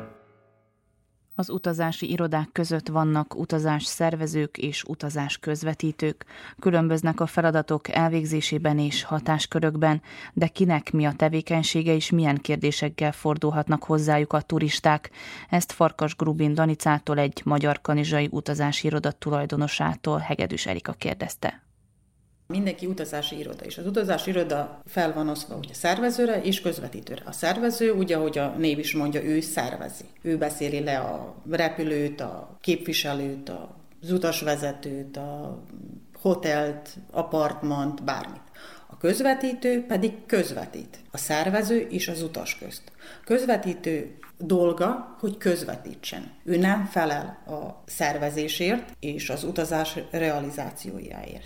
Az utazási irodák között vannak utazás szervezők és utazás közvetítők. Különböznek a feladatok elvégzésében és hatáskörökben, de kinek mi a tevékenysége és milyen kérdésekkel fordulhatnak hozzájuk a turisták. Ezt Farkas Grubin Danicától, egy magyar kanizsai utazási iroda tulajdonosától, Hegedűs Erika kérdezte. Mindenki utazási iroda, és az utazási iroda fel van osztva ugye szervezőre és közvetítőre. A szervező, ugye, ahogy a név is mondja, ő szervezi. Ő beszéli le a repülőt, a képviselőt, az utasvezetőt, a hotelt, apartmant, bármit. A közvetítő pedig közvetít. A szervező és az utas közt. Közvetítő dolga, hogy közvetítsen. Ő nem felel a szervezésért és az utazás realizációjáért.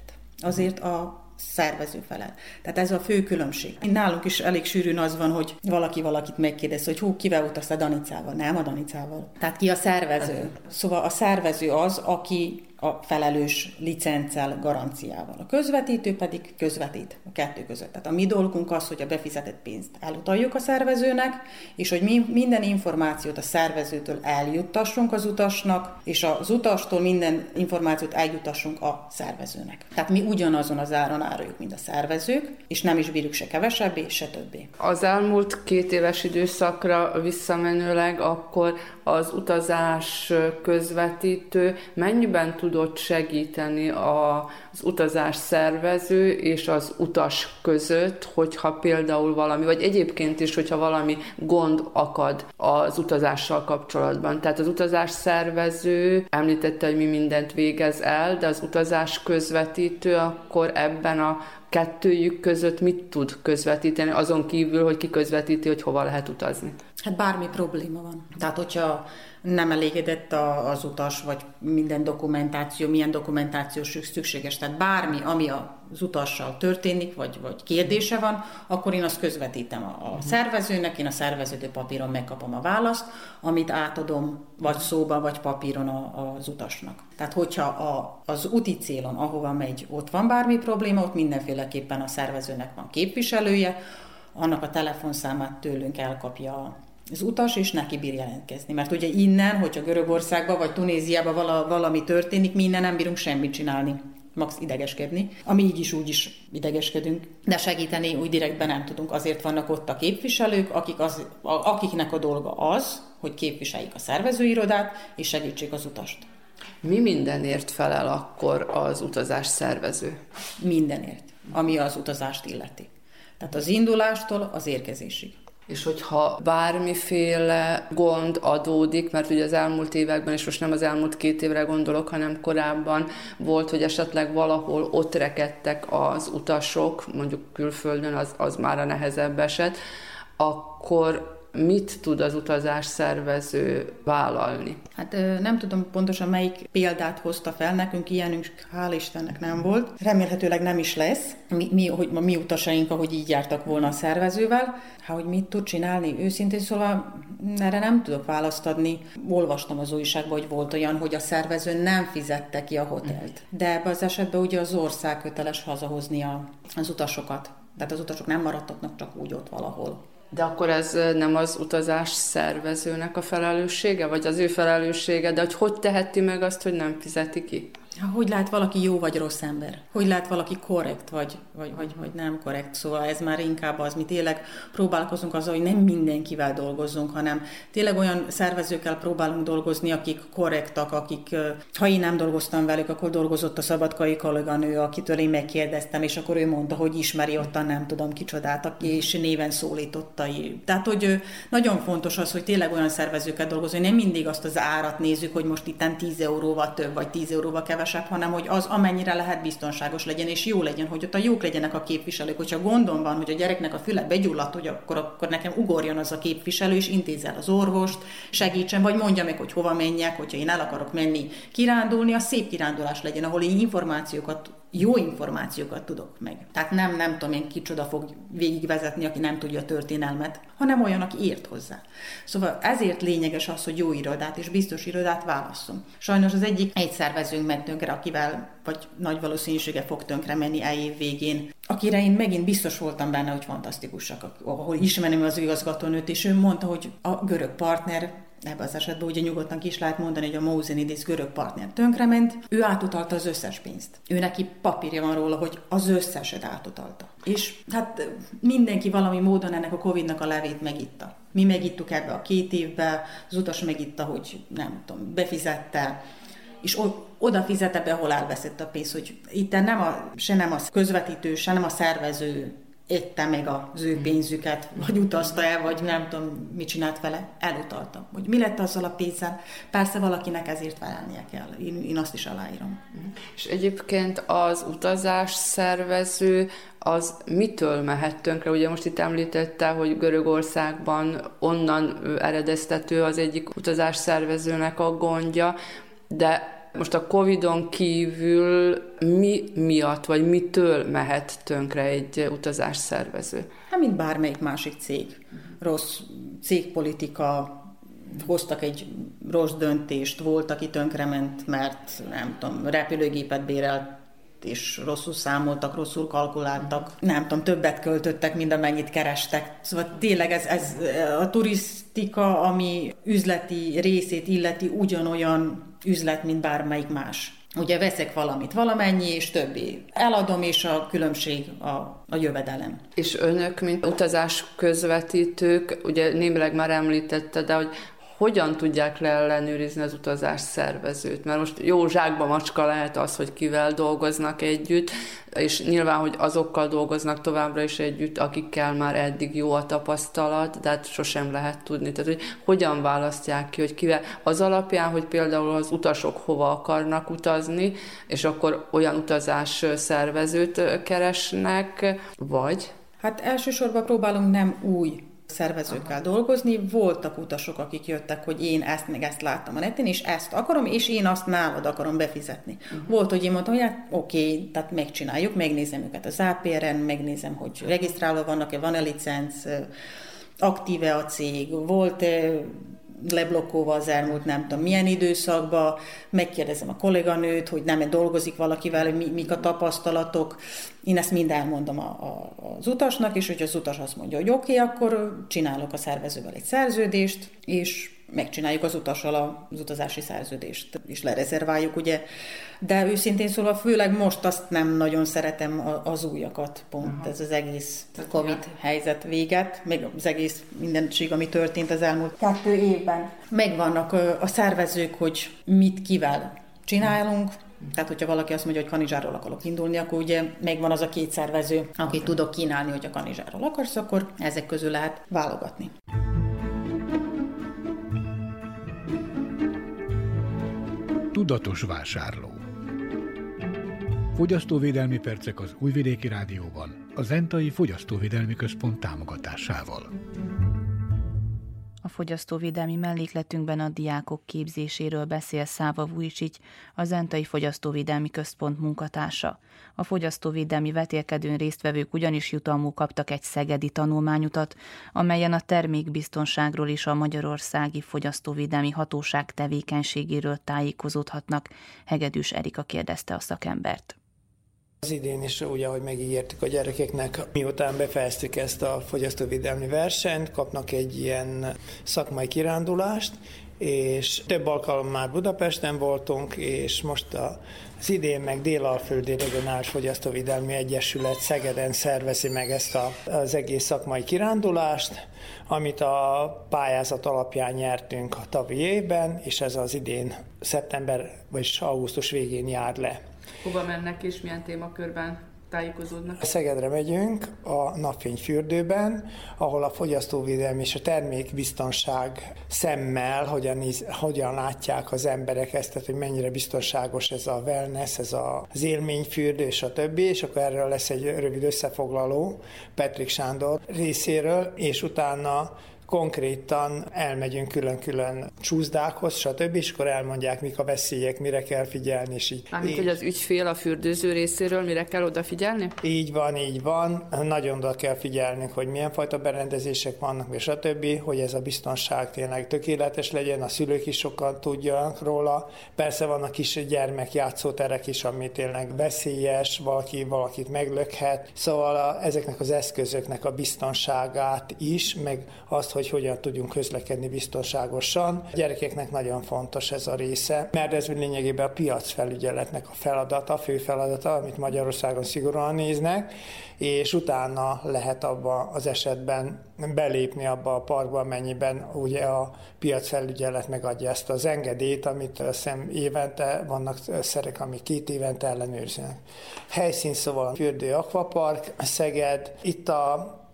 azért a szervező felel. Tehát ez a fő különbség. Nálunk is elég sűrűn az van, hogy valaki valakit megkérdez, hogy hú, kivel utazsz, a Danicával? Nem a Danicával. Tehát ki a szervező? Szóval a szervező az, aki a felelős licenccel, garanciával. A közvetítő pedig közvetít a kettő között. Tehát a mi dolgunk az, hogy a befizetett pénzt elutaljuk a szervezőnek, és hogy mi minden információt a szervezőtől eljuttassunk az utasnak, és az utastól minden információt eljutassunk a szervezőnek. Tehát mi ugyanazon az áron áruljuk, mint a szervezők, és nem is bírjuk se kevesebbé, se többé. Az elmúlt két éves időszakra visszamenőleg akkor az utazás közvetítő mennyiben tudott segíteni az utazás szervező és az utas között, hogyha például valami, vagy egyébként is, hogyha valami gond akad az utazással kapcsolatban. Tehát az utazás szervező említette, hogy mi mindent végez el, de az utazás közvetítő akkor ebben a kettőjük között mit tud közvetíteni, azon kívül, hogy ki közvetíti, hogy hova lehet utazni? Hát bármi probléma van. Tehát, hogyha nem elégedett az utas, vagy minden dokumentáció, milyen dokumentáció szükséges, tehát bármi, ami az utassal történik, vagy, vagy kérdése van, akkor én azt közvetítem a, a szervezőnek, én a szerveződő papíron megkapom a választ, amit átadom vagy szóban, vagy papíron a, az utasnak. Tehát, hogyha a, az úti célon, ahova megy, ott van bármi probléma, ott mindenféleképpen a szervezőnek van képviselője, annak a telefonszámát tőlünk elkapja az utas, és neki bír jelentkezni. Mert ugye innen, hogyha Görögországban vagy Tunéziában vala, valami történik, mi innen nem bírunk semmit csinálni, max idegeskedni. Ami így is úgy is idegeskedünk, de segíteni úgy direktben nem tudunk. Azért vannak ott a képviselők, akik az, akiknek a dolga az, hogy képviseljék a szervezőirodát, és segítsék az utast. Mi mindenért felel akkor az utazás szervező? Mindenért, ami az utazást illeti. Tehát az indulástól az érkezésig. És hogyha bármiféle gond adódik, mert ugye az elmúlt években, és most nem az elmúlt két évre gondolok, hanem korábban volt, hogy esetleg valahol ott rekedtek az utasok, mondjuk külföldön, az, az már a nehezebb eset, akkor mit tud az utazás szervező vállalni? Hát nem tudom pontosan melyik példát hozta fel, nekünk ilyenünk hál' Istennek nem volt. Remélhetőleg nem is lesz. Mi, mi, hogy mi utasaink, ahogy így jártak volna a szervezővel. Hát, hogy mit tud csinálni? Őszintén szóval erre nem tudok választ adni. Olvastam az újságban, hogy volt olyan, hogy a szervező nem fizette ki a hotelt. De ebben az esetben ugye az ország köteles hazahozni a, az utasokat. Tehát az utasok nem maradhatnak csak úgy ott valahol. De akkor ez nem az utazás szervezőnek a felelőssége, vagy az ő felelőssége, de hogy hogy teheti meg azt, hogy nem fizeti ki? Hogy lehet valaki jó vagy rossz ember? Hogy lehet valaki korrekt vagy, vagy, vagy, vagy nem korrekt? Szóval ez már inkább az, mi tényleg próbálkozunk azzal, hogy nem mindenkivel dolgozzunk, hanem tényleg olyan szervezőkkel próbálunk dolgozni, akik korrektak, akik, ha én nem dolgoztam velük, akkor dolgozott a szabadkai kolléganő, akitől én megkérdeztem, és akkor ő mondta, hogy ismeri ottan nem tudom kicsodát, aki és néven szólította. Tehát, hogy nagyon fontos az, hogy tényleg olyan szervezőkkel dolgozni, nem mindig azt az árat nézzük, hogy most itten tíz euróval több, vagy tíz euróval kevesebb, hanem hogy az amennyire lehet biztonságos legyen, és jó legyen, hogy ott a jók legyenek a képviselők. Hogyha gondom van, hogy a gyereknek a füle begyulladt, hogy akkor, akkor nekem ugorjon az a képviselő, és intézzel az orvost, segítsen, vagy mondja meg, hogy hova menjek, hogyha én el akarok menni kirándulni, a szép kirándulás legyen, ahol én információkat, jó információkat tudok meg. Tehát nem, nem tudom én kicsoda fog végigvezetni, aki nem tudja a történelmet, hanem olyan, aki ért hozzá. Szóval ezért lényeges az, hogy jó irodát és biztos irodát válasszunk. Sajnos az egyik egy szervezőnk ment tönkre, akivel vagy nagy valószínűsége fog tönkre menni el év végén, akire én megint biztos voltam benne, hogy fantasztikusak, ahol ismerem az igazgatónőt, és ő mondta, hogy a görög partner, ebben az esetben ugye nyugodtan ki is lehet mondani, hogy a Mousenidis görög partner tönkrement, ő átutalta az összes pénzt. Ő neki papírja van róla, hogy az összeset átutalta. És hát mindenki valami módon ennek a Covidnak a levét megitta. Mi megittuk ebbe a két évbe, az utas megitta, hogy nem tudom, befizette, és oda fizette be, ahol elveszett a pénz, hogy itt nem a, se nem a közvetítő, se nem a szervező ette meg az ő pénzüket, vagy utazta el, vagy nem tudom, mit csinált vele, elutalta. Hogy mi lett azzal a pénzzel? Persze valakinek ezért felelnie kell. Én, én azt is aláírom. És egyébként az utazás szervező az mitől mehet tönkre? Ugye most itt említette, hogy Görögországban onnan eredeztető az egyik utazás szervezőnek a gondja, de Most a Covidon kívül mi miatt, vagy mitől mehet tönkre egy utazásszervező? Hát, mint bármelyik másik cég. Rossz cégpolitika, hoztak egy rossz döntést, volt, aki tönkrement, mert nem tudom, repülőgépet bérelt, és rosszul számoltak, rosszul kalkuláltak, nem tudom, többet költöttek, mint amennyit kerestek. Szóval tényleg ez, ez a turisztika, ami üzleti részét illeti, ugyanolyan üzlet, mint bármelyik más. Ugye veszek valamit valamennyi, és többé eladom, és a különbség a, a jövedelem. És önök, mint utazás közvetítők, ugye némileg már említette, de hogy hogyan tudják leellenőrizni az utazás szervezőt? Mert most jó zsákba macska lehet az, hogy kivel dolgoznak együtt, és nyilván, hogy azokkal dolgoznak továbbra is együtt, akikkel már eddig jó a tapasztalat, de hát sosem lehet tudni. Tehát, hogy hogyan választják ki, hogy kivel? Az alapján, hogy például az utasok hova akarnak utazni, és akkor olyan utazás szervezőt keresnek, vagy? Hát elsősorban próbálunk nem új szervezőkkel dolgozni. Voltak utasok, akik jöttek, hogy én ezt meg ezt láttam a neten, és ezt akarom, és én azt nálad akarom befizetni. Uh-huh. Volt, hogy én mondtam, hogy hát oké, tehát megcsináljuk, megnézem őket az á pé er-en, megnézem, hogy regisztrálva vannak-e, van-e licenc, aktíve a cég, volt-e leblokkolva az elmúlt nem tudom milyen időszakban, megkérdezem a kolléganőt, hogy nem dolgozik valakivel, mi, mik a tapasztalatok. Én ezt mind elmondom a, a, az utasnak, és hogyha az utas azt mondja, hogy oké, okay, akkor csinálok a szervezővel egy szerződést, és megcsináljuk az utassal az utazási szerződést, és lerezerváljuk, ugye. De őszintén szólva, főleg most azt nem nagyon szeretem az újakat, pont uh-huh. ez az egész Covid helyzet véget, meg az egész mindenség, ami történt az elmúlt kettő évben. Megvannak a szervezők, hogy mit kivel csinálunk, tehát, hogyha valaki azt mondja, hogy Kanizsáról akarok indulni, akkor ugye megvan az a két szervező, akit tudok kínálni, hogy a Kanizsáról akarsz, akkor ezek közül lehet válogatni. Tudatos vásárló. Fogyasztóvédelmi percek az Újvidéki Rádióban, a Zentai Fogyasztóvédelmi Központ támogatásával. A fogyasztóvédelmi mellékletünkben a diákok képzéséről beszél Száva Vujicic, a Zentai Fogyasztóvédelmi Központ munkatársa. A fogyasztóvédelmi vetélkedőn résztvevők ugyanis jutalmul kaptak egy szegedi tanulmányutat, amelyen a termékbiztonságról és a Magyarországi Fogyasztóvédelmi Hatóság tevékenységéről tájékozódhatnak. Hegedűs Erika kérdezte a szakembert. Az idén is, ugye, ahogy megígértük a gyerekeknek, miután befejeztük ezt a fogyasztóvédelmi versenyt, kapnak egy ilyen szakmai kirándulást, és több alkalom már Budapesten voltunk, és most az idén meg Dél-Alföldi Regionális Fogyasztóvédelmi Egyesület Szegeden szervezi meg ezt a, az egész szakmai kirándulást, amit a pályázat alapján nyertünk a tavalyi évben, és ez az idén szeptember vagy augusztus végén jár le. Hova mennek és milyen témakörben tájékozódnak? Szegedre megyünk, a Napfényfürdőben, ahol a fogyasztóvédelmi és a termékbiztonság szemmel hogyan, hogyan látják az emberek ezt, tehát hogy mennyire biztonságos ez a wellness, ez az élményfürdő és a többi, és akkor erről lesz egy rövid összefoglaló Petrik Sándor részéről, és utána konkrétan elmegyünk külön-külön csúszdákhoz, stb., és akkor elmondják, mik a veszélyek, mire kell figyelni, és így. Mármint, hogy az ügyfél a fürdőző részéről mire kell odafigyelni? Így van, így van. Nagyon oda kell figyelnünk, hogy milyen fajta berendezések vannak, és stb., hogy ez a biztonság tényleg tökéletes legyen, a szülők is sokan tudjanak róla. Persze vannak kis gyermek játszóterek is, ami tényleg veszélyes, valaki valakit meglökhet. Szóval a, ezeknek az eszközöknek a biztonságát is, meg azt, hogy hogyan tudjunk közlekedni biztonságosan. A gyerekeknek nagyon fontos ez a része, mert ez lényegében a piacfelügyeletnek a feladata, a fő feladata, amit Magyarországon szigorúan néznek, és utána lehet abban az esetben belépni abba a parkba, amennyiben ugye a piacfelügyelet megadja ezt az engedélyt, amit azt hiszem évente vannak szerek, amik két évente ellenőrzenek. Helyszín szóval a Fürdő Akvapark, Szeged, itt a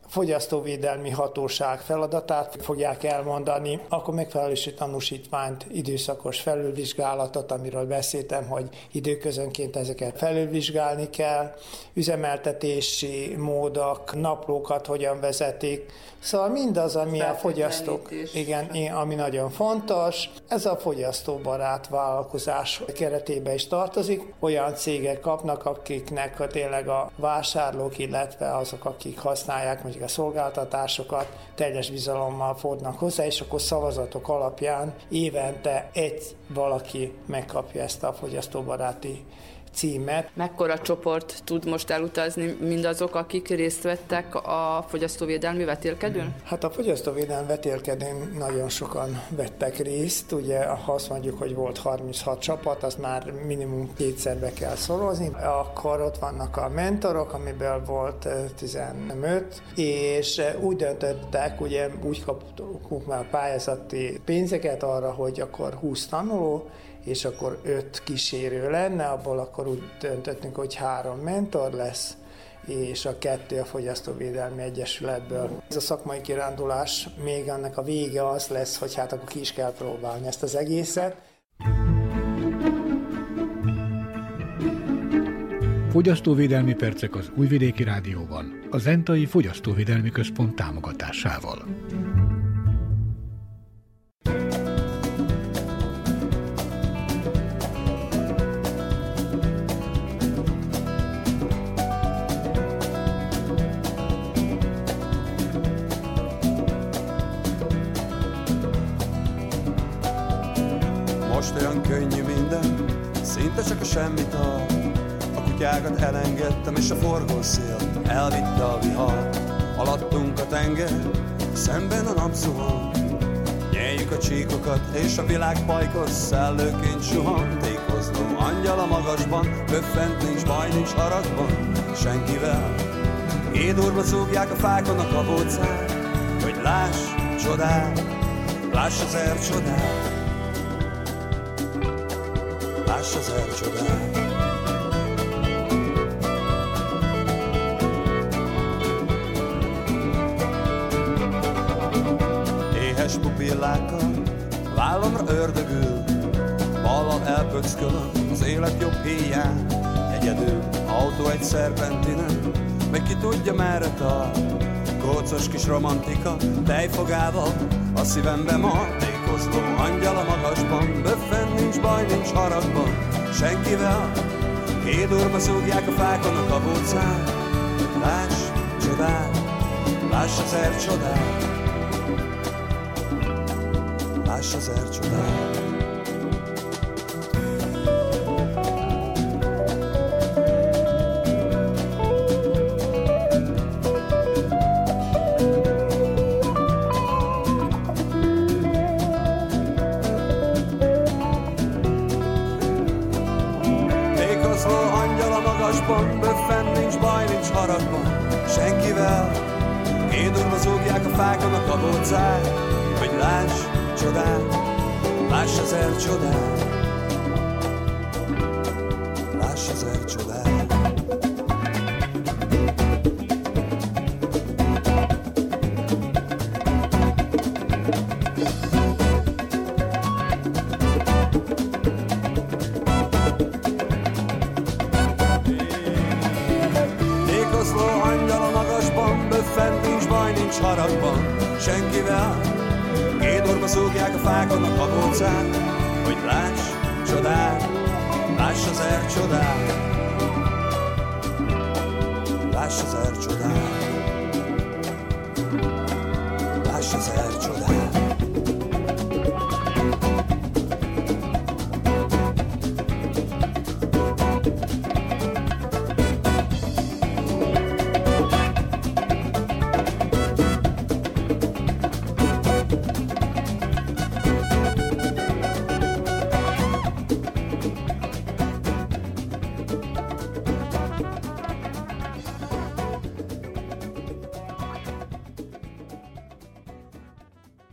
fogyasztóvédelmi hatóság feladatát fogják elmondani, akkor megfelelési tanúsítványt, időszakos felülvizsgálatot, amiről beszéltem, hogy időközönként ezeket felülvizsgálni kell, üzemeltetési módok, naplókat hogyan vezetik, szóval mindaz, ami a fogyasztók, igen, ami nagyon fontos. Ez a fogyasztóbarát vállalkozás keretébe is tartozik. Olyan cégek kapnak, akiknek tényleg a vásárlók, illetve azok, akik használják mondjuk a szolgáltatásokat, teljes bizalommal fordulnak hozzá, és akkor szavazatok alapján évente egy valaki megkapja ezt a fogyasztóbaráti címet. Mekkora csoport tud most elutazni, mindazok, akik részt vettek a fogyasztóvédelmi vetélkedőn? Hát a fogyasztóvédelmi vetélkedőn nagyon sokan vettek részt, ugye ha azt mondjuk, hogy volt harminchat csapat, azt már minimum kétszer be kell szorozni. Akkor ott vannak a mentorok, amiből volt tizenöt, és úgy döntöttek, ugye úgy kaptuk már pályázati pénzeket arra, hogy akkor húsz tanuló, és akkor öt kísérő lenne, abból akkor úgy döntöttünk, hogy három mentor lesz, és a kettő a Fogyasztóvédelmi Egyesületből. Ez a szakmai kirándulás, még ennek a vége az lesz, hogy hát akkor ki is kell próbálni ezt az egészet. Fogyasztóvédelmi percek az Újvidéki Rádióban, a Zentai Fogyasztóvédelmi Központ támogatásával. Most olyan könnyű minden, szinte csak a semmit ad. A kutyákat elengedtem, és a forgószél elvitte a vihar. Alattunk a tenger, szemben a napzuhan. Nyeljük a csíkokat, és a világ pajkos szellőként suhan. Tékozló angyal a magasban, böffent, nincs baj, nincs haragban senkivel. Édurva zúgják a fákon a kabócát, hogy láss csodát, láss ezer csodát. Láss ezer csodát. Éhes pupillákkal vállamra ördögül, ballal elpöckölöm az élet jobb éjjel. Egyedül autó egy szerpentinen, meg ki tudja merre tart. Kócos kis romantika tejfogával a szívembe mart. Tékozló angyal a magasban, böffen, nincs baj, nincs haragban senkivel. Édurva zúgják a fákon a kabócát. Láss csodát, láss ezer csodát. Láss ezer csodát. Böffen, nincs baj, nincs haragban senkivel. Édurva zúgják a fákon a kabócát, hogy láss csodát, láss ezer csodát. Láss ezer csodát. Haragban senkivel. Édorba zúgják a fákon a kabócát, hogy láss csodát, láss ezer csodát. Láss ezer csodát. Láss ezer csodát. A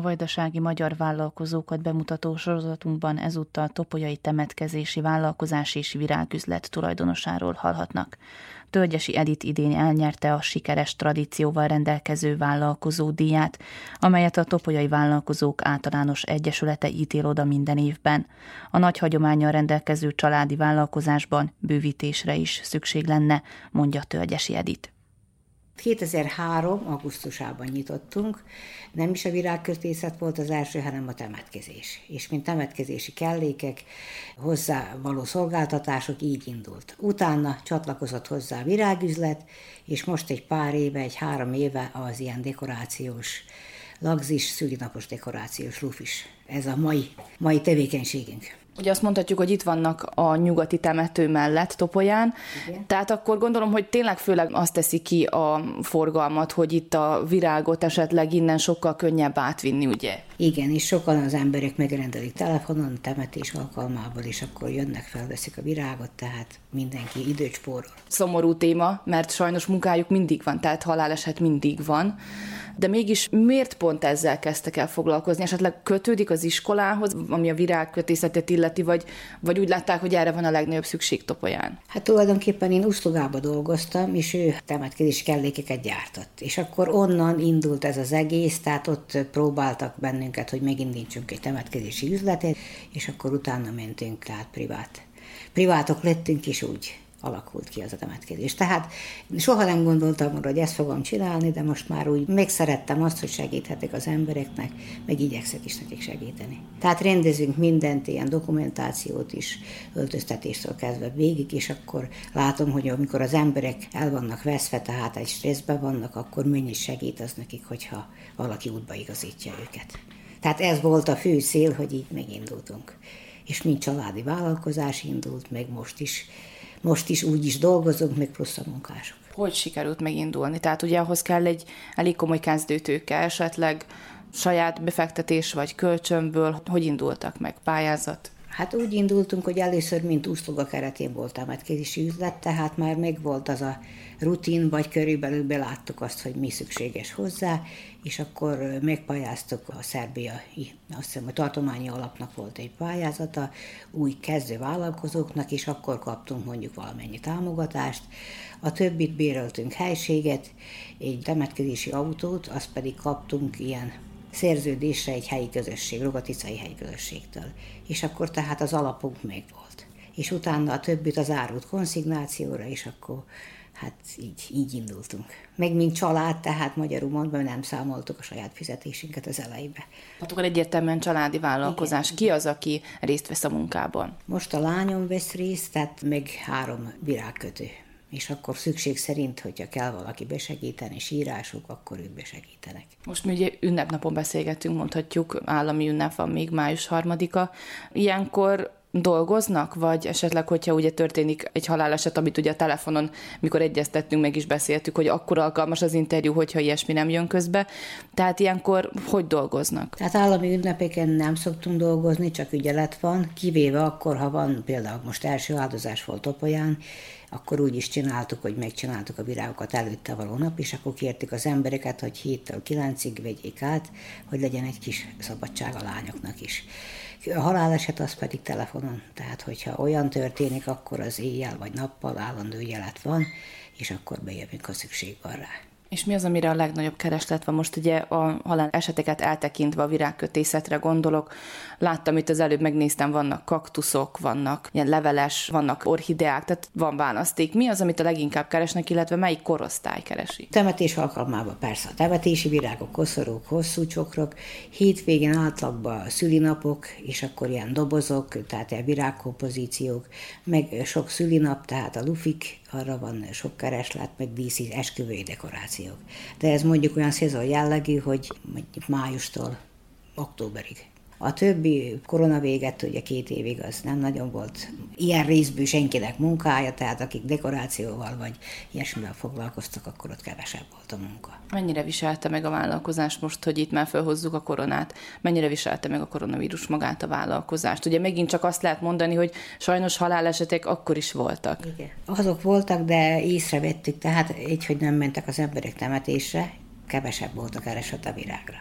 vajdasági magyar vállalkozókat bemutató sorozatunkban ezúttal topolyai temetkezési vállalkozás és virágüzlet tulajdonosáról hallhatnak. Tölgyesi Edit idén elnyerte a sikeres tradícióval rendelkező vállalkozó díját, amelyet a Topolyai Vállalkozók Általános Egyesülete ítél oda minden évben. A nagy hagyománnyal rendelkező családi vállalkozásban bővítésre is szükség lenne, mondja Tölgyesi Edit. kétezer-három. augusztusában nyitottunk, nem is a virágkötészet volt az első, hanem a temetkezés. És mint temetkezési kellékek, hozzá való szolgáltatások, így indult. Utána csatlakozott hozzá a virágüzlet, és most egy pár éve, egy három éve az ilyen dekorációs, lagzis, szülinapos dekorációs lufis. Ez a mai, mai tevékenységünk. Ugye azt mondhatjuk, hogy itt vannak a nyugati temető mellett Topolyán, igen. Tehát akkor gondolom, hogy tényleg főleg azt teszi ki a forgalmat, hogy itt a virágot esetleg innen sokkal könnyebb átvinni, ugye? Igen, és sokan az emberek megrendelik telefonon, temetés alkalmából, és akkor jönnek, felveszik a virágot, tehát mindenki időt spórol. Szomorú téma, mert sajnos munkájuk mindig van, tehát haláleset mindig van. De mégis miért pont ezzel kezdtek el foglalkozni? Esetleg kötődik az iskolához, ami a virágkötészetet illeti, vagy, vagy úgy látták, hogy erre van a legnagyobb szükség Topolyán? Hát tulajdonképpen én Uszlugában dolgoztam, és ő temetkezési kellékeket gyártott. És akkor onnan indult ez az egész, tehát ott próbáltak bennünket, hogy megindítsunk egy temetkezési üzletet, és akkor utána mentünk, tehát privát. Privátok lettünk, és úgy alakult ki az a temetkezés. Tehát soha nem gondoltam arra, hogy ezt fogom csinálni, de most már úgy megszerettem azt, hogy segíthetek az embereknek, meg igyekszek is nekik segíteni. Tehát rendezünk mindent, ilyen dokumentációt is, öltöztetéstől kezdve végig, és akkor látom, hogy amikor az emberek el vannak veszve, tehát egy stresszben vannak, akkor mennyit segít az nekik, hogyha valaki útba igazítja őket. Tehát ez volt a fő cél, hogy így megindultunk. És mind családi vállalkozás indult, meg most is Most is úgy is dolgozunk, még plusz a munkások. Hogy sikerült megindulni? Tehát ugye ahhoz kell egy elég komoly kezdőtőke, esetleg saját befektetés vagy kölcsönből. Hogy indultak meg? Pályázat? Hát úgy indultunk, hogy először mint Uszluga keretén volt temetkezési üzlet, tehát már megvolt az a rutin, vagy körülbelül beláttuk azt, hogy mi szükséges hozzá, és akkor megpályáztuk a szerbiai, azt hiszem, hogy tartományi alapnak volt egy pályázata, új kezdő vállalkozóknak, és akkor kaptunk mondjuk valamennyi támogatást. A többit béreltünk helységet, egy temetkezési autót, azt pedig kaptunk ilyen szerződésre egy helyi közösség, Rogaticai helyi közösségtől. És akkor tehát az alapunk megvolt. És utána a többit az árult konszignációra, és akkor hát így, így indultunk. Meg mint család, tehát magyarul mondva nem számoltuk a saját fizetésünket az elejébe. Hát akkor egyértelműen családi vállalkozás. Igen. Ki az, aki részt vesz a munkában? Most a lányom vesz részt, tehát meg három virágkötő. És akkor szükség szerint, hogyha kell valaki besegíteni, sírásuk, akkor ők besegítenek. Most mi ugye ünnepnapon beszélgetünk, mondhatjuk, állami ünnep van még, május harmadika. Ilyenkor dolgoznak, vagy esetleg, hogyha ugye történik egy haláleset, amit ugye a telefonon, mikor egyeztettünk, meg is beszéltük, hogy akkor alkalmas az interjú, hogyha ilyesmi nem jön közbe. Tehát ilyenkor hogy dolgoznak? Tehát állami ünnepeken nem szoktunk dolgozni, csak ügyelet van, kivéve akkor, ha van például most első áldozás volt Topolyán, akkor úgy is csináltuk, hogy megcsináltuk a virágokat előtte való nap, és akkor kértük az embereket, hogy héttől kilencig vegyék át, hogy legyen egy kis szabadság a lányoknak is. A haláleset az pedig telefonon, tehát hogyha olyan történik, akkor az éjjel vagy nappal állandó ügyelet van, és akkor bejövünk, ha szükség van rá. És mi az, amire a legnagyobb kereslet van? Most ugye a halál eseteket eltekintve a virágkötészetre gondolok. Láttam itt az előbb, megnéztem, vannak kaktuszok, vannak ilyen leveles, vannak orchideák, tehát van választék. Mi az, amit a leginkább keresnek, illetve melyik korosztály keresi? Temetés alkalmában persze a temetési virágok, koszorúk, hosszú csokrok, hétvégén átlagban szülinapok, és akkor ilyen dobozok, tehát ilyen virágkompozíciók, meg sok szülinap, tehát a lufik, arra van sok kereslet, meg díszi esküvői dekorációk. De ez mondjuk olyan szezon jellegű, hogy mondjuk májustól októberig. A többi koronavéget, ugye két évig az nem nagyon volt ilyen részből senkinek munkája, tehát akik dekorációval vagy ilyesmivel foglalkoztak, akkor ott kevesebb volt a munka. Mennyire viselte meg a vállalkozás most, hogy itt már felhozzuk a koronát? Mennyire viselte meg a koronavírus magát a vállalkozást? Ugye megint csak azt lehet mondani, hogy sajnos halálesetek akkor is voltak. Igen. Azok voltak, de észrevettük, tehát így, hogy nem mentek az emberek temetésre, kevesebb volt a kereslet a virágra.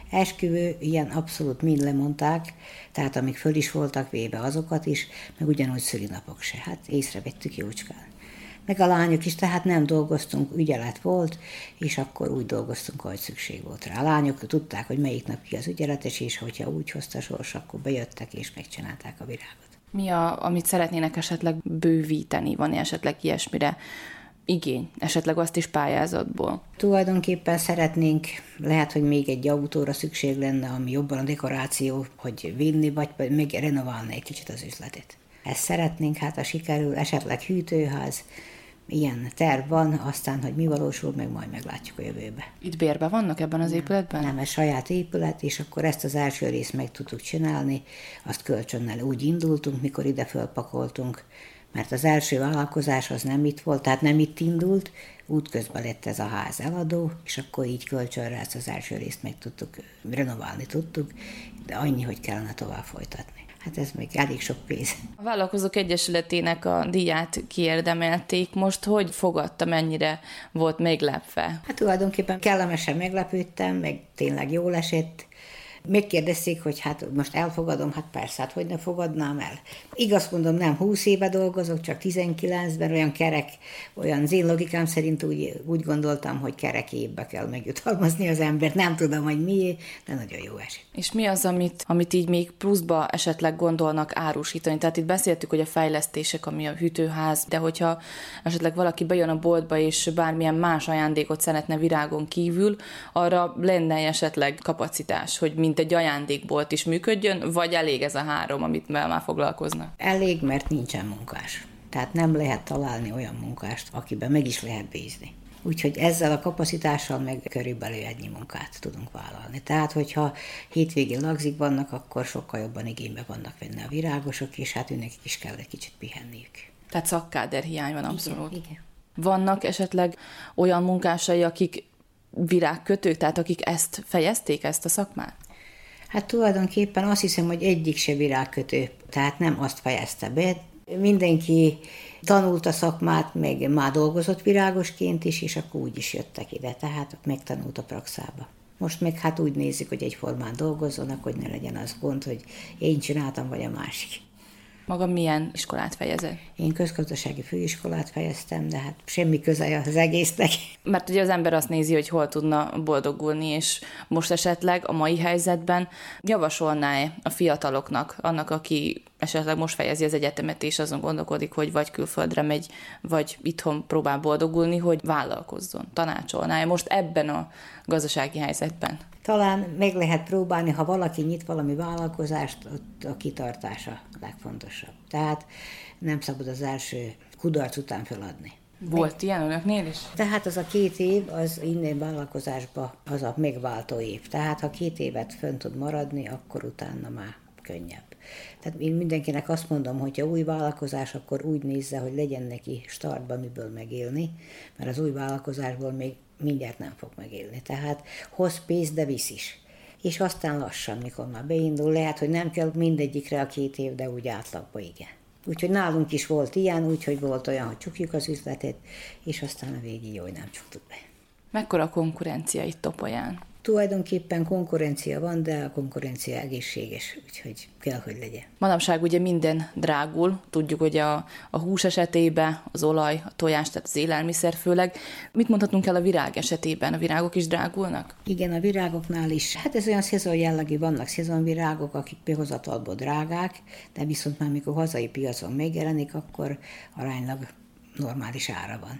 Esküvő, ilyen abszolút mind lemondták, tehát amik föl is voltak véve azokat is, meg ugyanúgy szülinapok se. Hát észrevettük jócskán. Meg a lányok is, tehát nem dolgoztunk, ügyelet volt, és akkor úgy dolgoztunk, ahogy szükség volt rá. A lányok tudták, hogy melyik nap ki az ügyeletes, és hogyha úgy hozta sors, akkor bejöttek és megcsinálták a virágot. Mi a, amit szeretnének esetleg bővíteni? Van esetleg ilyesmire igény? Esetleg azt is pályázatból? Tulajdonképpen szeretnénk, lehet, hogy még egy autóra szükség lenne, ami jobban a dekoráció, hogy vinni, vagy meg renoválni egy kicsit az üzletet. Ezt szeretnénk, hát ha sikerül, esetleg hűtőház, ilyen terv van, aztán, hogy mi valósul, meg majd meglátjuk a jövőbe. Itt bérben vannak ebben az épületben? Nem, ez saját épület, és akkor ezt az első részt meg tudtuk csinálni, azt kölcsönnel úgy indultunk, mikor ide fölpakoltunk, mert az első vállalkozás az nem itt volt, tehát nem itt indult, útközben lett ez a ház eladó, és akkor így kölcsönre ezt az első részt meg tudtuk, renoválni tudtuk, de annyi, hogy kellene tovább folytatni. Hát ez még elég sok pénz. A Vállalkozók Egyesületének a díját kiérdemelték. Most hogy fogadta, mennyire volt meglepve? Hát tulajdonképpen kellemesen meglepődtem, meg tényleg jól esett. Megkérdezték, hogy hát most elfogadom, hát persze, hát hogy ne fogadnám el. Igaz mondom, nem húsz éve dolgozok, csak tizenkilencben, olyan kerek, olyan az én logikám szerint úgy, úgy gondoltam, hogy kerek évbe kell megjutalmazni az embert. Nem tudom, hogy miért, de nagyon jó eset. És mi az, amit, amit így még pluszba esetleg gondolnak árusítani? Tehát itt beszéltük, hogy a fejlesztések, ami a hűtőház, de hogyha esetleg valaki bejön a boltba, és bármilyen más ajándékot szeretne virágon kívül, arra lenne esetleg kapacitás, hogy mint egy ajándékbolt is működjön, vagy elég ez a három, amit már foglalkoznak? Elég, mert nincsen munkás. Tehát nem lehet találni olyan munkást, akiben meg is lehet bízni. Úgyhogy ezzel a kapacitással meg körülbelül ennyi munkát tudunk vállalni. Tehát, hogyha hétvégén lagzik vannak, akkor sokkal jobban igénybe vannak venni a virágosok, és hát őnek is kell egy kicsit pihenniük. Tehát szakkáder hiány van abszolút. Igen, igen. Vannak esetleg olyan munkásai, akik virágkötők, tehát akik ezt fejezték, ezt a szakmát? Hát tulajdonképpen azt hiszem, hogy egyik se virágkötő, tehát nem azt fejezte be. Mindenki tanult a szakmát, meg már dolgozott virágosként is, és akkor úgy is jöttek ide, tehát megtanult a praxába. Most meg hát úgy nézzük, hogy egyformán dolgozzanak, hogy ne legyen az gond, hogy én csináltam, vagy a másik. Maga milyen iskolát fejezett? Én közgazdasági főiskolát fejeztem, de hát semmi köze az egésznek. Mert ugye az ember azt nézi, hogy hol tudna boldogulni, és most esetleg a mai helyzetben javasolná-e a fiataloknak, annak, aki esetleg most fejezi az egyetemet, és azon gondolkodik, hogy vagy külföldre megy, vagy itthon próbál boldogulni, hogy vállalkozzon, tanácsolná-e most ebben a gazdasági helyzetben? Talán meg lehet próbálni, ha valaki nyit valami vállalkozást, ott a kitartása a legfontosabb. Tehát nem szabad az első kudarc után feladni. Volt meg... ilyen önöknél is? Tehát az a két év, az innen vállalkozásban az a megváltó év. Tehát ha két évet fönn tud maradni, akkor utána már könnyebb. Tehát én mindenkinek azt mondom, hogy ha új vállalkozás, akkor úgy nézze, hogy legyen neki startban miből megélni, mert az új vállalkozásból még mindjárt nem fog megélni. Tehát hoz pénzt, de visz is. És aztán lassan, mikor már beindul, lehet, hogy nem kell mindegyikre a két év, de úgy átlagban igen. Úgyhogy nálunk is volt ilyen, úgyhogy volt olyan, hogy csukjuk az üzletet, és aztán a végig jó, hogy nem csuktuk be. Mekkora a konkurencia itt Topolyán? Tulajdonképpen konkurencia van, de a konkurencia egészséges, úgyhogy kell, hogy legyen. Manapság ugye minden drágul, tudjuk, hogy a, a hús esetében, az olaj, a tojás, tehát az élelmiszer főleg. Mit mondhatunk el a virág esetében? A virágok is drágulnak? Igen, a virágoknál is. Hát ez olyan szezon jellegű, vannak szezonvirágok, akik behozatalból drágák, de viszont már mikor hazai piacon megjelenik, akkor aránylag normális ára van.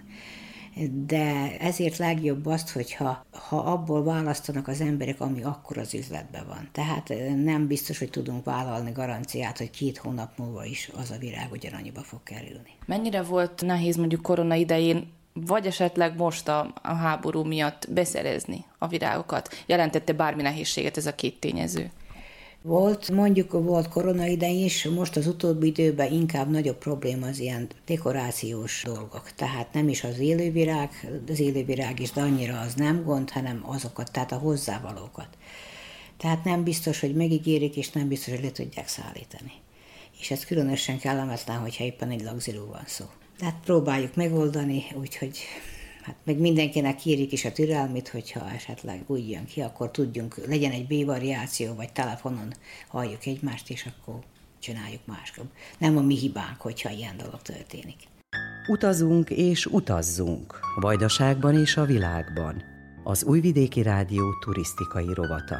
De ezért legjobb azt, hogyha ha abból választanak az emberek, ami akkor az üzletben van. Tehát nem biztos, hogy tudunk vállalni garanciát, hogy két hónap múlva is az a virág ugyanannyiba fog kerülni. Mennyire volt nehéz mondjuk korona idején, vagy esetleg most a, a háború miatt beszerezni a virágokat? Jelentette bármi nehézséget ez a két tényező? Volt, mondjuk volt korona idején is, most az utóbbi időben inkább nagyobb probléma az ilyen dekorációs dolgok. Tehát nem is az élővirág, az élővirág is, de annyira az nem gond, hanem azokat, tehát a hozzávalókat. Tehát nem biztos, hogy megígérik, és nem biztos, hogy le tudják szállítani. És ez különösen kellemetlen, hogyha éppen egy lagziról van szó. Tehát próbáljuk megoldani, úgyhogy Hát meg mindenkinek kérjük is a türelmét, hogyha esetleg úgy jön ki, akkor tudjunk, legyen egy B-variáció, vagy telefonon halljuk egymást, és akkor csináljuk másképp. Nem a mi hibánk, hogyha ilyen dolog történik. Utazunk és utazzunk, Vajdaságban és a világban. Az Újvidéki Rádió turisztikai rovata.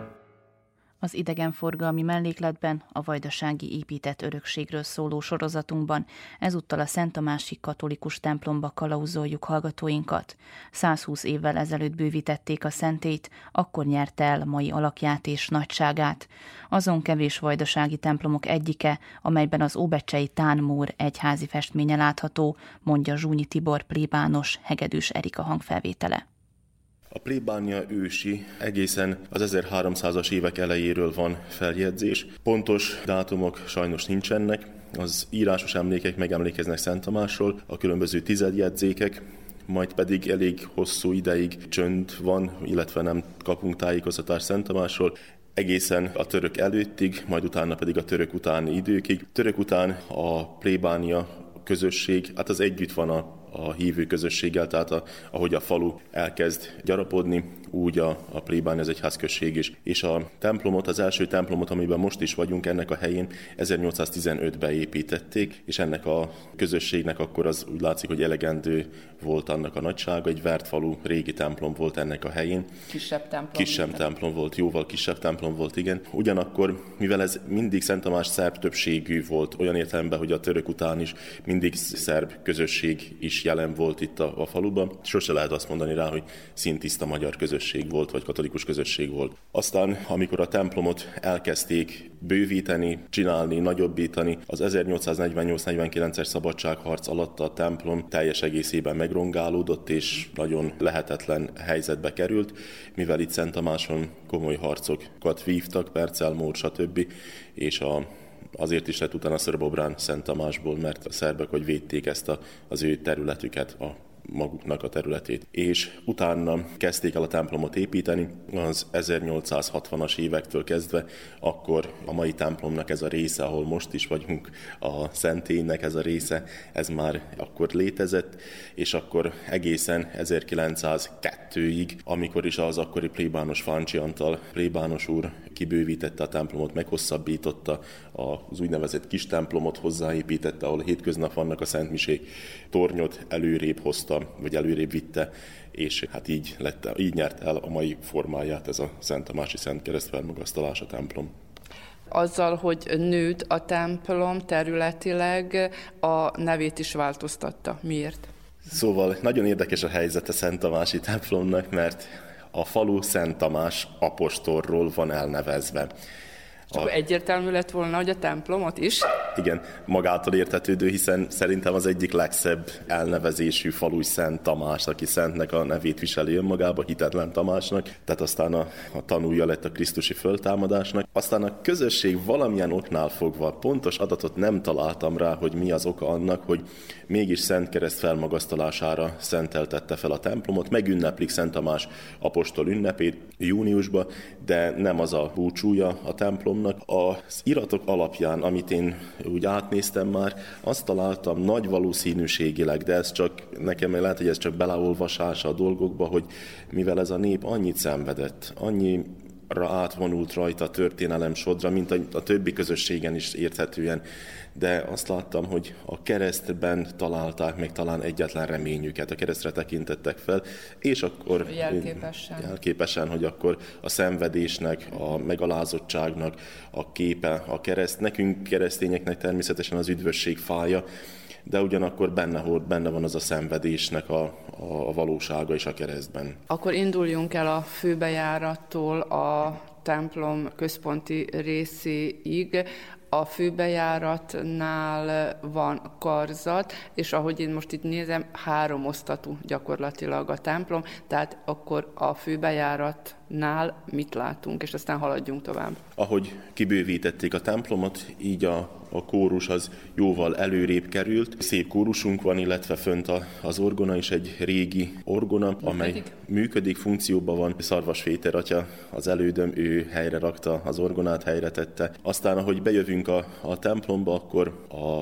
Az idegenforgalmi mellékletben a vajdasági épített örökségről szóló sorozatunkban ezúttal a Szent Tamási katolikus templomba kalauzoljuk hallgatóinkat. százhúsz évvel ezelőtt bővítették a szentélyt, akkor nyerte el mai alakját és nagyságát. Azon kevés vajdasági templomok egyike, amelyben az óbecsei Tánmór egyházi festménye látható, mondja Zsúnyi Tibor plébános, Hegedűs Erika hangfelvétele. A plébánia ősi, egészen az ezerháromszázas évek elejéről van feljegyzés. Pontos dátumok sajnos nincsenek, az írásos emlékek megemlékeznek Szent Tamásról, a különböző tizedjegyzékek, majd pedig elég hosszú ideig csönd van, illetve nem kapunk tájékoztatást Szent Tamásról, egészen a török előttig, majd utána pedig a török utáni időkig. Török után a plébánia közösség, hát az együtt van a a hívő közösséggel, tehát a, ahogy a falu elkezd gyarapodni, úgy a, a plébánia az egyházközség is. És a templomot, az első templomot, amiben most is vagyunk, ennek a helyén ezernyolcszáztizenötben építették, és ennek a közösségnek akkor az úgy látszik, hogy elegendő volt annak a nagysága, egy vert falu régi templom volt ennek a helyén. Kisebb templom. Kisebb templom volt, jóval kisebb templom volt, igen. Ugyanakkor, mivel ez mindig Szent Tamás szerb többségű volt, olyan értelemben, hogy a török után is mindig szerb közösség is jelen volt itt a, a faluban. Sose lehet azt mondani rá, hogy szintiszta magyar közösség volt, vagy katolikus közösség volt. Aztán, amikor a templomot elkezdték bővíteni, csinálni, nagyobbítani, az ezernyolcszáznegyvennyolc negyvenkilences szabadságharc alatt a templom teljes egészében megrongálódott, és nagyon lehetetlen helyzetbe került, mivel itt Szent Tamáson komoly harcokat vívtak, Percel, Mór, stb. És a Azért is lett utána Szörbobrán Szent Tamásból, mert a szerbek, hogy védték ezt a, az ő területüket, a maguknak a területét. És utána kezdték el a templomot építeni, az ezernyolcszázhatvanas évektől kezdve, akkor a mai templomnak ez a része, ahol most is vagyunk, a szentélynek ez a része, ez már akkor létezett, és akkor egészen ezerkilencszázkettőig, amikor is az akkori plébános Fáncsi Antal plébános úr kibővítette a templomot, meghosszabbította az úgynevezett kis templomot, hozzáépítette, ahol hétköznap vannak a szentmisék, tornyot előrébb hozta, vagy előrébb vitte, és hát így, lett, így nyert el a mai formáját ez a Szent Tamási Szent Kereszt felmagasztalás a templom. Azzal, hogy nőtt a templom területileg, a nevét is változtatta. Miért? Szóval nagyon érdekes a helyzet a Szent Tamási templomnak, mert a falu Szent Tamás apostolról van elnevezve. És akkor egyértelmű lett volna, hogy a templomot is? Igen, magától értetődő, hiszen szerintem az egyik legszebb elnevezésű falu Szent Tamás, aki Szentnek a nevét viseli önmagába, hitetlen Tamásnak, tehát aztán a, a tanúja lett a krisztusi föltámadásnak. Aztán a közösség valamilyen oknál fogva, pontos adatot nem találtam rá, hogy mi az oka annak, hogy mégis Szent Kereszt felmagasztalására szenteltette fel a templomot, megünneplik Szent Tamás apostol ünnepét júniusban, de nem az a búcsúja a templomnak. Az iratok alapján, amit én úgy átnéztem már, azt találtam nagy valószínűségileg, de ez csak, nekem lehet, hogy ez csak beleolvasása a dolgokba, hogy mivel ez a nép annyit szenvedett, annyi átvonult rajta a történelem sodra, mint a, a többi közösségen is érthetően, de azt láttam, hogy a keresztben találták meg talán egyetlen reményüket, a keresztre tekintettek fel, és akkor jelképesen, jelképesen hogy akkor a szenvedésnek, a megalázottságnak a képe a kereszt, nekünk keresztényeknek természetesen az üdvösség fája, de ugyanakkor benne, benne van az a szenvedésnek a, a valósága is a keresztben. Akkor induljunk el a főbejárattól a templom központi részéig. A főbejáratnál van karzat, és ahogy én most itt nézem, három osztatú gyakorlatilag a templom, tehát akkor a főbejáratnál mit látunk, és aztán haladjunk tovább. Ahogy kibővítették a templomot, így a, a kórus az jóval előrébb került. Szép kórusunk van, illetve fönt a, az orgona is egy régi orgona, működik. amely működik, funkcióban van. Szarvas Péter atya, az elődöm, ő helyre rakta az orgonát, helyre tette. Aztán, ahogy bejövünk a, a templomba, akkor a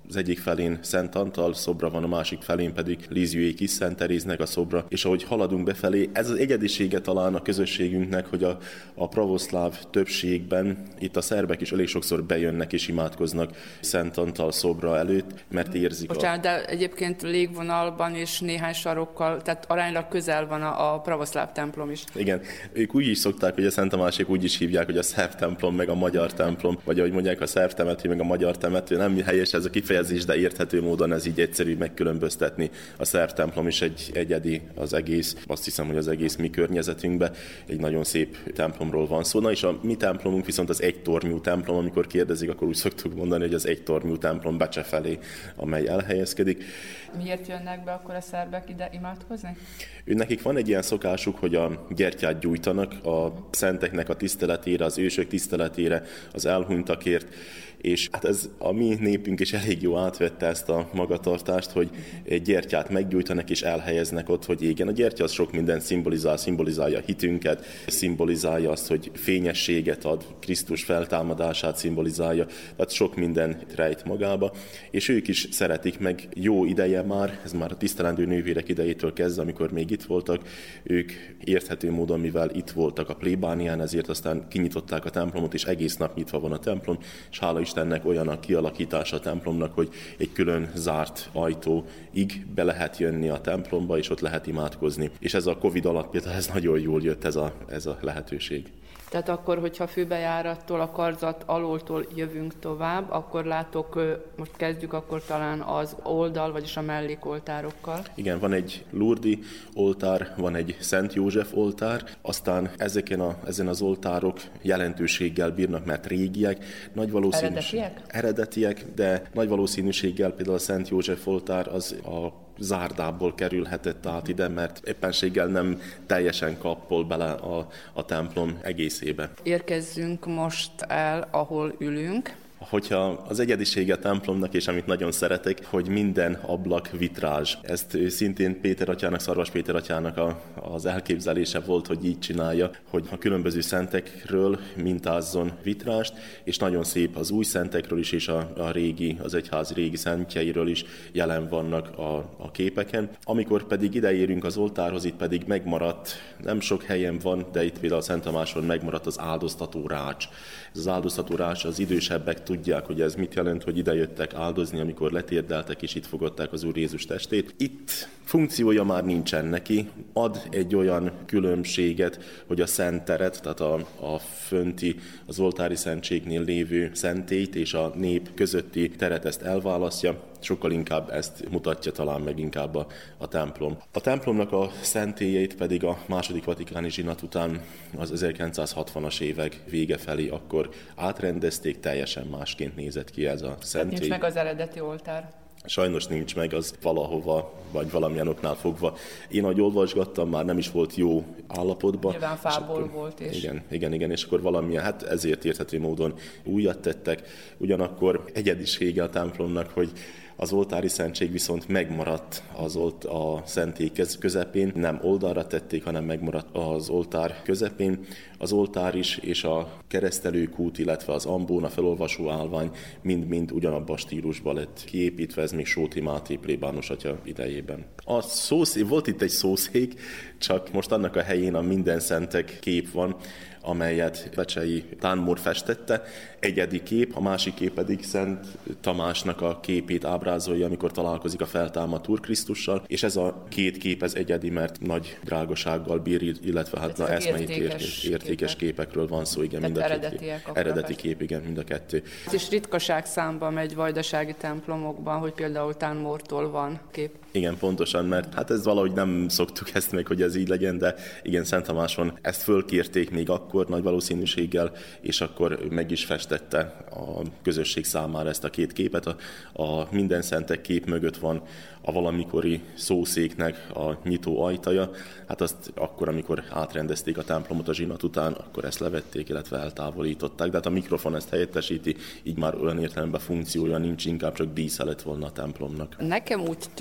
az egyik felén Szent Antal szobra van, a másik felén pedig Lízióék is Szent Teréznek a szobra, és ahogy haladunk befelé, ez az egyedisége talán a közösségünknek, hogy a, a pravoszláv többségben itt a szerbek is elég sokszor bejönnek és imádkoznak Szent Antal szobra előtt, mert érzik. Bocsánat, a... de egyébként légvonalban és néhány sarokkal, tehát aránylag közel van a, a pravoszláv templom is. Igen, ők úgy is szokták, hogy a Szent Tamásék úgy is hívják, hogy a szerb templom meg a magyar templom, vagy ahogy mondják, a szerb temető meg a magyar temető. Nem helyes ez a kifejezés, de érthető módon ez így egyszerű megkülönböztetni. A szerb templom is egy egyedi az egész, azt hiszem, hogy az egész mi környezetünkben egy nagyon szép templomról van szó. Na és a mi templomunk viszont az egytornyú templom, amikor kérdezik, akkor úgy szoktuk mondani, hogy az egytornyú templom Becse felé, amely elhelyezkedik. Miért jönnek be akkor a szerbek ide imádkozni? Ő nekik van egy ilyen szokásuk, hogy a gyertyát gyújtanak a szenteknek a tiszteletére, az ősök tiszteletére, az elhunytakért, és hát ez a mi népünk is elég jó átvette ezt a magatartást, hogy egy gyertyát meggyújtanak és elhelyeznek ott, hogy égen. A gyertya az sok mindent szimbolizál, szimbolizálja a hitünket, szimbolizálja azt, hogy fényességet ad, Krisztus feltámadását szimbolizálja, tehát sok minden rejt magába, és ők is szeretik meg jó ideje már, ez már a tisztelendő nővérek idejétől kezdve, amikor még itt voltak, ők érthető módon, mivel itt voltak a plébánián, ezért aztán kinyitották a templomot, és egész nap nyitva van a templom, és hála Istennek olyan a kialakítása a templomnak, hogy egy külön zárt ajtóig be lehet jönni a templomba, és ott lehet imádkozni. És ez a Covid alatt például ez nagyon jól jött ez a, ez a lehetőség. Tehát akkor, hogyha főbejárattól, a karzat alóltól jövünk tovább, akkor látok, most kezdjük akkor talán az oldal, vagyis a mellékoltárokkal. Igen, van egy Lurdi oltár, van egy Szent József oltár, aztán ezeken a, ezen az oltárok jelentőséggel bírnak, mert régiek, nagy valószínűség... Eredetiek? Eredetiek, de nagy valószínűséggel például a Szent József oltár az a zárdából kerülhetett át ide, mert éppenséggel nem teljesen kappol bele a, a templom egészébe. Érkezzünk most el, ahol ülünk. Hogyha az egyedisége a templomnak, és amit nagyon szeretek, hogy minden ablak vitrázs. Ezt szintén Péter atyának, Szarvas Péter atyának a, az elképzelése volt, hogy így csinálja, hogy a különböző szentekről mintázzon vitrást, és nagyon szép az új szentekről is, és a, a régi, az egyház régi szentjeiről is jelen vannak a, a képeken. Amikor pedig ideérünk az oltárhoz, itt pedig megmaradt, nem sok helyen van, de itt például a Szent Tamáson megmaradt az áldoztató rács. Ez az áldoztató rács az idősebbek tudják, hogy ez mit jelent, hogy idejöttek áldozni, amikor letérdeltek, és itt fogadták az Úr Jézus testét. Itt funkciója már nincsen neki, ad egy olyan különbséget, hogy a szent teret, tehát a, a fönti, az oltári szentségnél lévő szentélyt és a nép közötti teret ezt elválasztja, sokkal inkább ezt mutatja talán meg inkább a, a templom. A templomnak a szentélyeit pedig a második vatikáni zsinat után az ezerkilencszázhatvanas évek vége felé akkor átrendezték, teljesen másként nézett ki ez a szentély. Hát nincs meg az eredeti oltár. Sajnos nincs meg, az valahova, vagy valamilyen oknál fogva. Én, ahogy olvasgattam, már nem is volt jó állapotban. Nyilván fából akkor, volt is. Igen, igen, igen, és akkor valamilyen, hát ezért érthető módon újat tettek. Ugyanakkor egyedisége a templomnak, hogy az oltári szentség viszont megmaradt az olt, a szentély közepén, nem oldalra tették, hanem megmaradt az oltár közepén. Az oltár is és a keresztelőkút, illetve az ambón, a felolvasó állvány mind-mind ugyanabban a stílusban lett kiépítve, ez még Sóti Máté plébános atya idejében. A szószék, volt itt egy szószék, csak most annak a helyén a minden szentek kép van, amelyet Becsei Tánmor festette. Egyedi kép, a másik kép pedig Szent Tamásnak a képét ábrázolja, amikor találkozik a feltámadt Úr Krisztussal, és ez a két kép ez egyedi, mert nagy drágasággal bír, illetve hát na, eszmeit értékes, értékes képekről van szó, igen, mind a két kép. Eredeti kép, igen, mind a kettő. Ez is ritkaság számba megy vajdasági templomokban, hogy például Tánmortól van kép. Igen, pontosan, mert hát ez valahogy nem szoktuk ezt meg, hogy ez így legyen, de igen, Szent Tamáson ezt fölkérték még akkor nagy valószínűséggel, és akkor meg is festette a közösség számára ezt a két képet. A, a minden szentek kép mögött van a valamikori szószéknek a nyitó ajtaja. Hát azt akkor, amikor átrendezték a templomot a zsinat után, akkor ezt levették, illetve eltávolították. De hát a mikrofon ezt helyettesíti, így már olyan értelemben funkciója nincs, inkább csak dísze lett volna a templomnak. Nekem úgy tűnik, és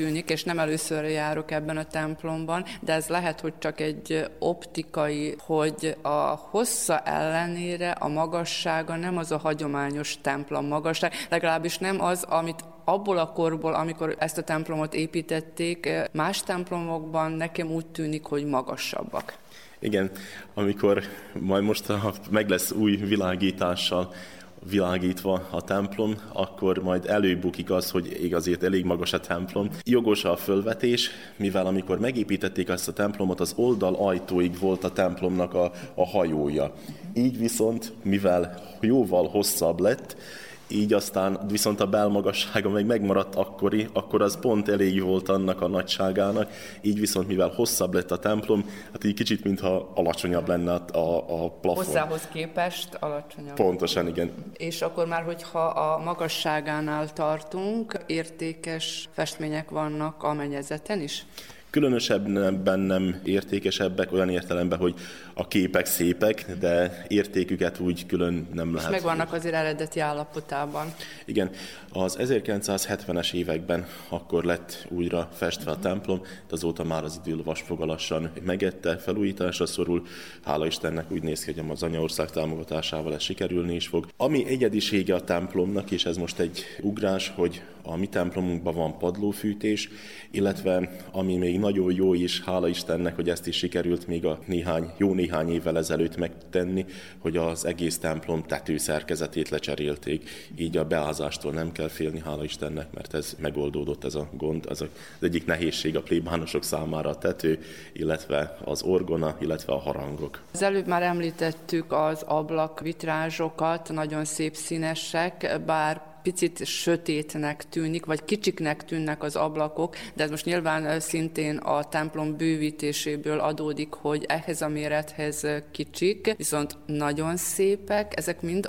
és nem először járok ebben a templomban, de ez lehet, hogy csak egy optikai, hogy a hossza ellenére a magassága nem az a hagyományos templom magasság, legalábbis nem az, amit abból a korból, amikor ezt a templomot építették, más templomokban nekem úgy tűnik, hogy magasabbak. Igen, amikor majd most meg lesz új világítással világítva a templom, akkor majd előbukik az, hogy azért elég magas a templom. Jogos a fölvetés, mivel amikor megépítették ezt a templomot, az oldal ajtóig volt a templomnak a, a hajója. Így viszont, mivel jóval hosszabb lett, így aztán viszont a belmagassága meg megmaradt akkori, akkor az pont elég volt annak a nagyságának, így viszont mivel hosszabb lett a templom, hát így kicsit mintha alacsonyabb lenne a, a plafon. Hosszához képest alacsonyabb. Pontosan, igen. És akkor már, hogyha a magasságánál tartunk, értékes festmények vannak a mennyezeten is? Különösebben nem értékesebbek, olyan értelemben, hogy a képek szépek, de értéküket úgy külön nem lehet. És megvannak azért eredeti állapotában. Igen, az ezerkilencszázhetvenes években akkor lett újra festve a templom, de azóta már az idő vasfogalassan megette, felújításra szorul. Hála Istennek úgy néz ki, hogy az Anyaország támogatásával ez sikerülni is fog. Ami egyedisége a templomnak, és ez most egy ugrás, hogy a mi templomunkban van padlófűtés, illetve ami még nagyon jó is, hála Istennek, hogy ezt is sikerült még a néhány, jó néhány évvel ezelőtt megtenni, hogy az egész templom tetőszerkezetét lecserélték. Így a beázástól nem kell félni, hála Istennek, mert ez megoldódott ez a gond. Ez az egyik nehézség a plébánosok számára a tető, illetve az orgona, illetve a harangok. Az előbb már említettük az ablakvitrázsokat, nagyon szép színesek, bár picit sötétnek tűnik, vagy kicsiknek tűnnek az ablakok, de ez most nyilván szintén a templom bővítéséből adódik, hogy ehhez a mérethez kicsik, viszont nagyon szépek. Ezek mind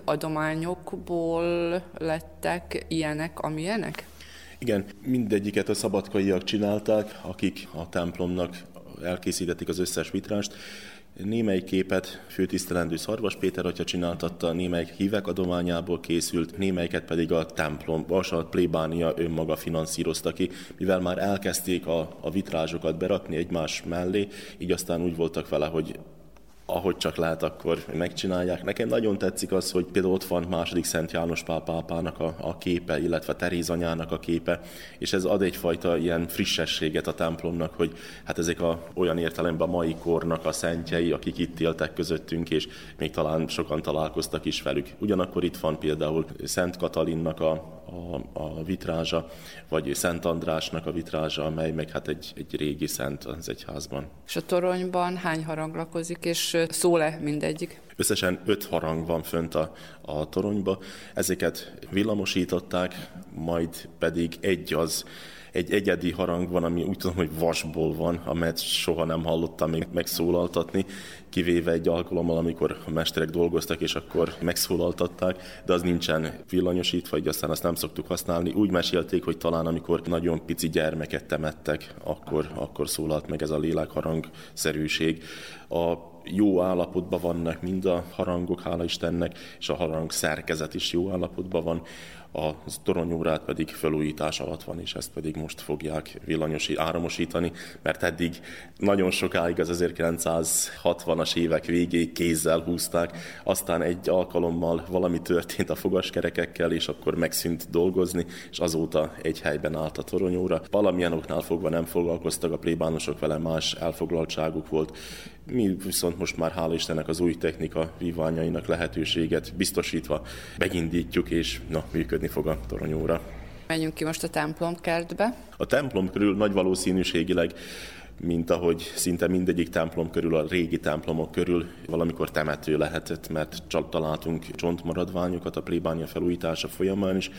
adományokból lettek ilyenek, amilyenek? Igen, mindegyiket a szabadkaiak csinálták, akik a templomnak elkészítették az összes vitrást. Némely képet főtisztelendő Szarvas Péter atya csináltatta, némelyik hívek adományából készült, némelyiket pedig a templom, a plébánia önmaga finanszírozta ki, mivel már elkezdték a, a vitrázsokat berakni egymás mellé, így aztán úgy voltak vele, hogy ahogy csak lehet, akkor megcsinálják. Nekem nagyon tetszik az, hogy például ott van második Szent János Pál pápának a, a képe, illetve Teréz anyának a képe, és ez ad egyfajta ilyen frissességet a templomnak, hogy hát ezek a, olyan értelemben a mai kornak a szentjei, akik itt éltek közöttünk, és még talán sokan találkoztak is velük. Ugyanakkor itt van például Szent Katalinnak a, a, a vitrázsa, vagy Szent Andrásnak a vitrázsa, amely meg hát egy, egy régi szent az egyházban. És a toronyban hány harang lakozik, és szól-e mindegyik? Összesen öt harang van fönt a, a toronyba, ezeket villamosították, majd pedig egy az, egy egyedi harang van, ami úgy tudom, hogy vasból van, amelyet soha nem hallottam még megszólaltatni, kivéve egy alkalommal, amikor a mesterek dolgoztak, és akkor megszólaltatták, de az nincsen villanyosítva, így aztán azt nem szoktuk használni. Úgy mesélték, hogy talán amikor nagyon pici gyermeket temettek, akkor, akkor szólalt meg ez a lélekharangszerűség. A jó állapotban vannak mind a harangok, hála Istennek, és a harang szerkezet is jó állapotban van. A toronyórát pedig felújítás alatt van, és ezt pedig most fogják villanyosi, áramosítani, mert eddig nagyon sokáig az ezerkilencszázhatvanas évek végéig kézzel húzták, aztán egy alkalommal valami történt a fogaskerekekkel, és akkor megszűnt dolgozni, és azóta egy helyben állt a toronyóra. Valamilyen oknál fogva nem foglalkoztak a plébánosok vele, más elfoglaltságuk volt. Mi viszont most már hála Istennek az új technika vívványainak lehetőséget biztosítva megindítjuk, és na, működni fog a toronyóra. Menjünk ki most a templomkertbe. A templom körül nagy valószínűségileg, mint ahogy szinte mindegyik templom körül, a régi templomok körül valamikor temető lehetett, mert csak találtunk csontmaradványokat a plébánia felújítása folyamán is,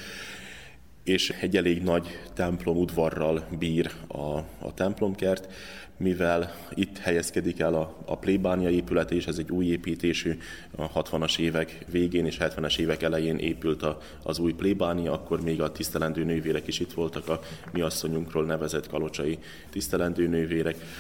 és egy elég nagy templom udvarral bír a, a templomkert, mivel itt helyezkedik el a, a plébánia épület, és ez egy új építésű, a hatvanas évek végén és hetvenes évek elején épült a, az új plébánia, akkor még a tisztelendő nővérek is itt voltak, a mi asszonyunkról nevezett kalocsai tisztelendő nővérek.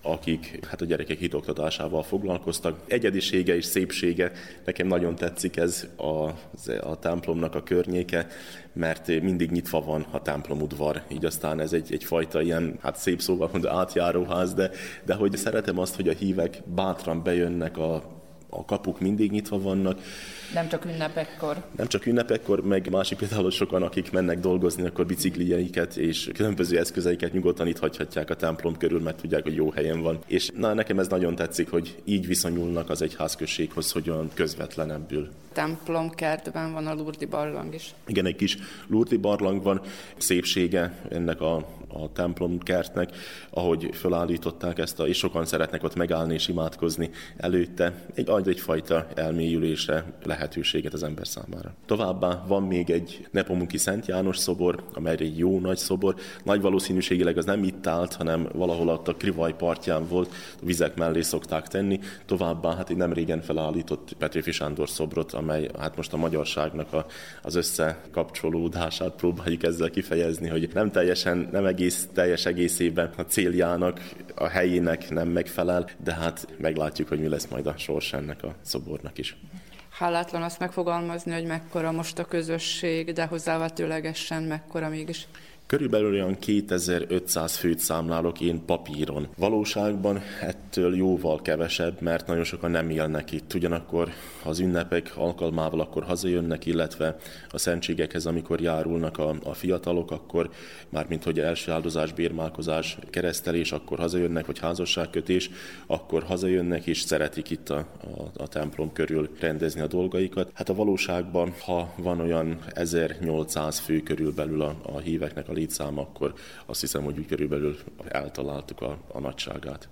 akik hát a gyerekek hitoktatásával foglalkoztak. Egyedisége és szépsége, nekem nagyon tetszik ez a, a templomnak a környéke, mert mindig nyitva van a templomudvar, így aztán ez egy, egyfajta ilyen, hát szép szóval mondja, átjáróház, de, de hogy szeretem azt, hogy a hívek bátran bejönnek, a, a kapuk mindig nyitva vannak. Nem csak ünnepekkor. Nem csak ünnepekkor, meg másik például sokan, akik mennek dolgozni, akkor biciklijeiket és különböző eszközeiket nyugodtan itt hagyhatják a templom körül, mert tudják, hogy jó helyen van. És na, nekem ez nagyon tetszik, hogy így viszonyulnak az egyházközséghoz, hogy olyan közvetlenebbül. Templom kertben van a Lurdi barlang is. Igen, egy kis Lurdi barlang van, szépsége ennek a, a templom kertnek, ahogy felállították ezt, a, és sokan szeretnek ott megállni és imádkozni előtte. Egy, ad egyfajta elmélyülésre lehetőséget az ember számára. Továbbá van még egy Nepomunki Szent János szobor, amely egy jó nagy szobor. Nagy valószínűségileg az nem itt állt, hanem valahol ott a Krivaj partján volt, a vizek mellé szokták tenni. Továbbá hát egy nem régen felállított Petőfi Sándor szobrot, amely hát most a magyarságnak a, az összekapcsolódását próbáljuk ezzel kifejezni, hogy nem teljesen, nem egész teljes egészében a céljának, a helyének nem megfelel, de hát meglátjuk, hogy mi lesz majd a sors ennek a szobornak is. Hálátlan azt megfogalmazni, hogy mekkora most a közösség, de hozzávetőlegesen mekkora mégis. Körülbelül olyan kétezer-ötszáz főt számlálok én papíron. Valóságban ettől jóval kevesebb, mert nagyon sokan nem élnek itt. Ugyanakkor az ünnepek alkalmával akkor hazajönnek, illetve a szentségekhez, amikor járulnak a, a fiatalok, akkor mármint hogy első áldozás, bérmálkozás, keresztelés, akkor hazajönnek, vagy házasságkötés, akkor hazajönnek és szeretik itt a, a, a templom körül rendezni a dolgaikat. Hát a valóságban, ha van olyan ezernyolcszáz fő körülbelül a, a híveknek a létszám, akkor azt hiszem, hogy úgy körülbelül eltaláltuk a, a nagyságát.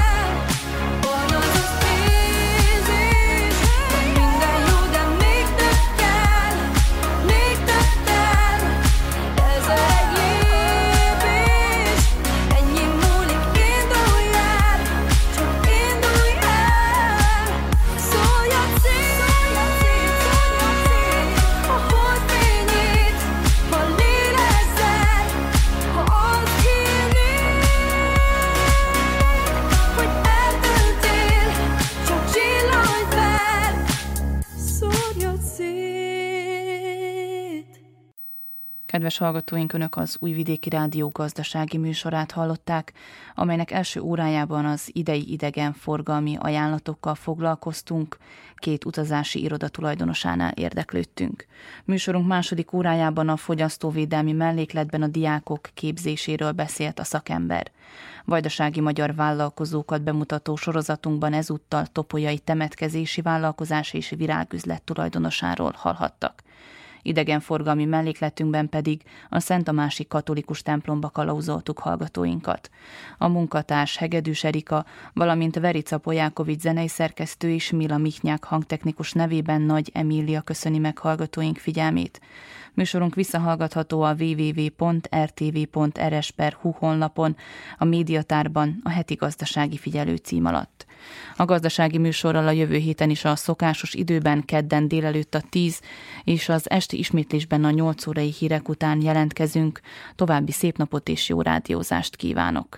Minden jó, de még több Kedves hallgatóink, Önök az Újvidéki Rádió gazdasági műsorát hallották, amelynek első órájában az idei idegenforgalmi ajánlatokkal foglalkoztunk, két utazási iroda tulajdonosánál érdeklődtünk. Műsorunk második órájában a fogyasztóvédelmi mellékletben a diákok képzéséről beszélt a szakember. Vajdasági magyar vállalkozókat bemutató sorozatunkban ezúttal topolyai temetkezési vállalkozás és virágüzlet tulajdonosáról hallhattak. Idegenforgalmi mellékletünkben pedig a Szent Tamási katolikus templomba kalauzoltuk hallgatóinkat. A munkatárs Hegedűs Erika, valamint Verica Polyákovics zenei szerkesztő és Mila Michnyák hangtechnikus nevében Nagy Emília köszöni meg hallgatóink figyelmét. Műsorunk visszahallgatható a double-u double-u double-u pont r t v pont r s pont h u honlapon, a médiatárban a heti gazdasági figyelő cím alatt. A gazdasági műsorral a jövő héten is a szokásos időben, kedden délelőtt a tíz és az esti ismétlésben a nyolc órai hírek után jelentkezünk. További szép napot és jó rádiózást kívánok!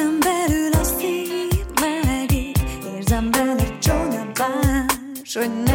Hogy ne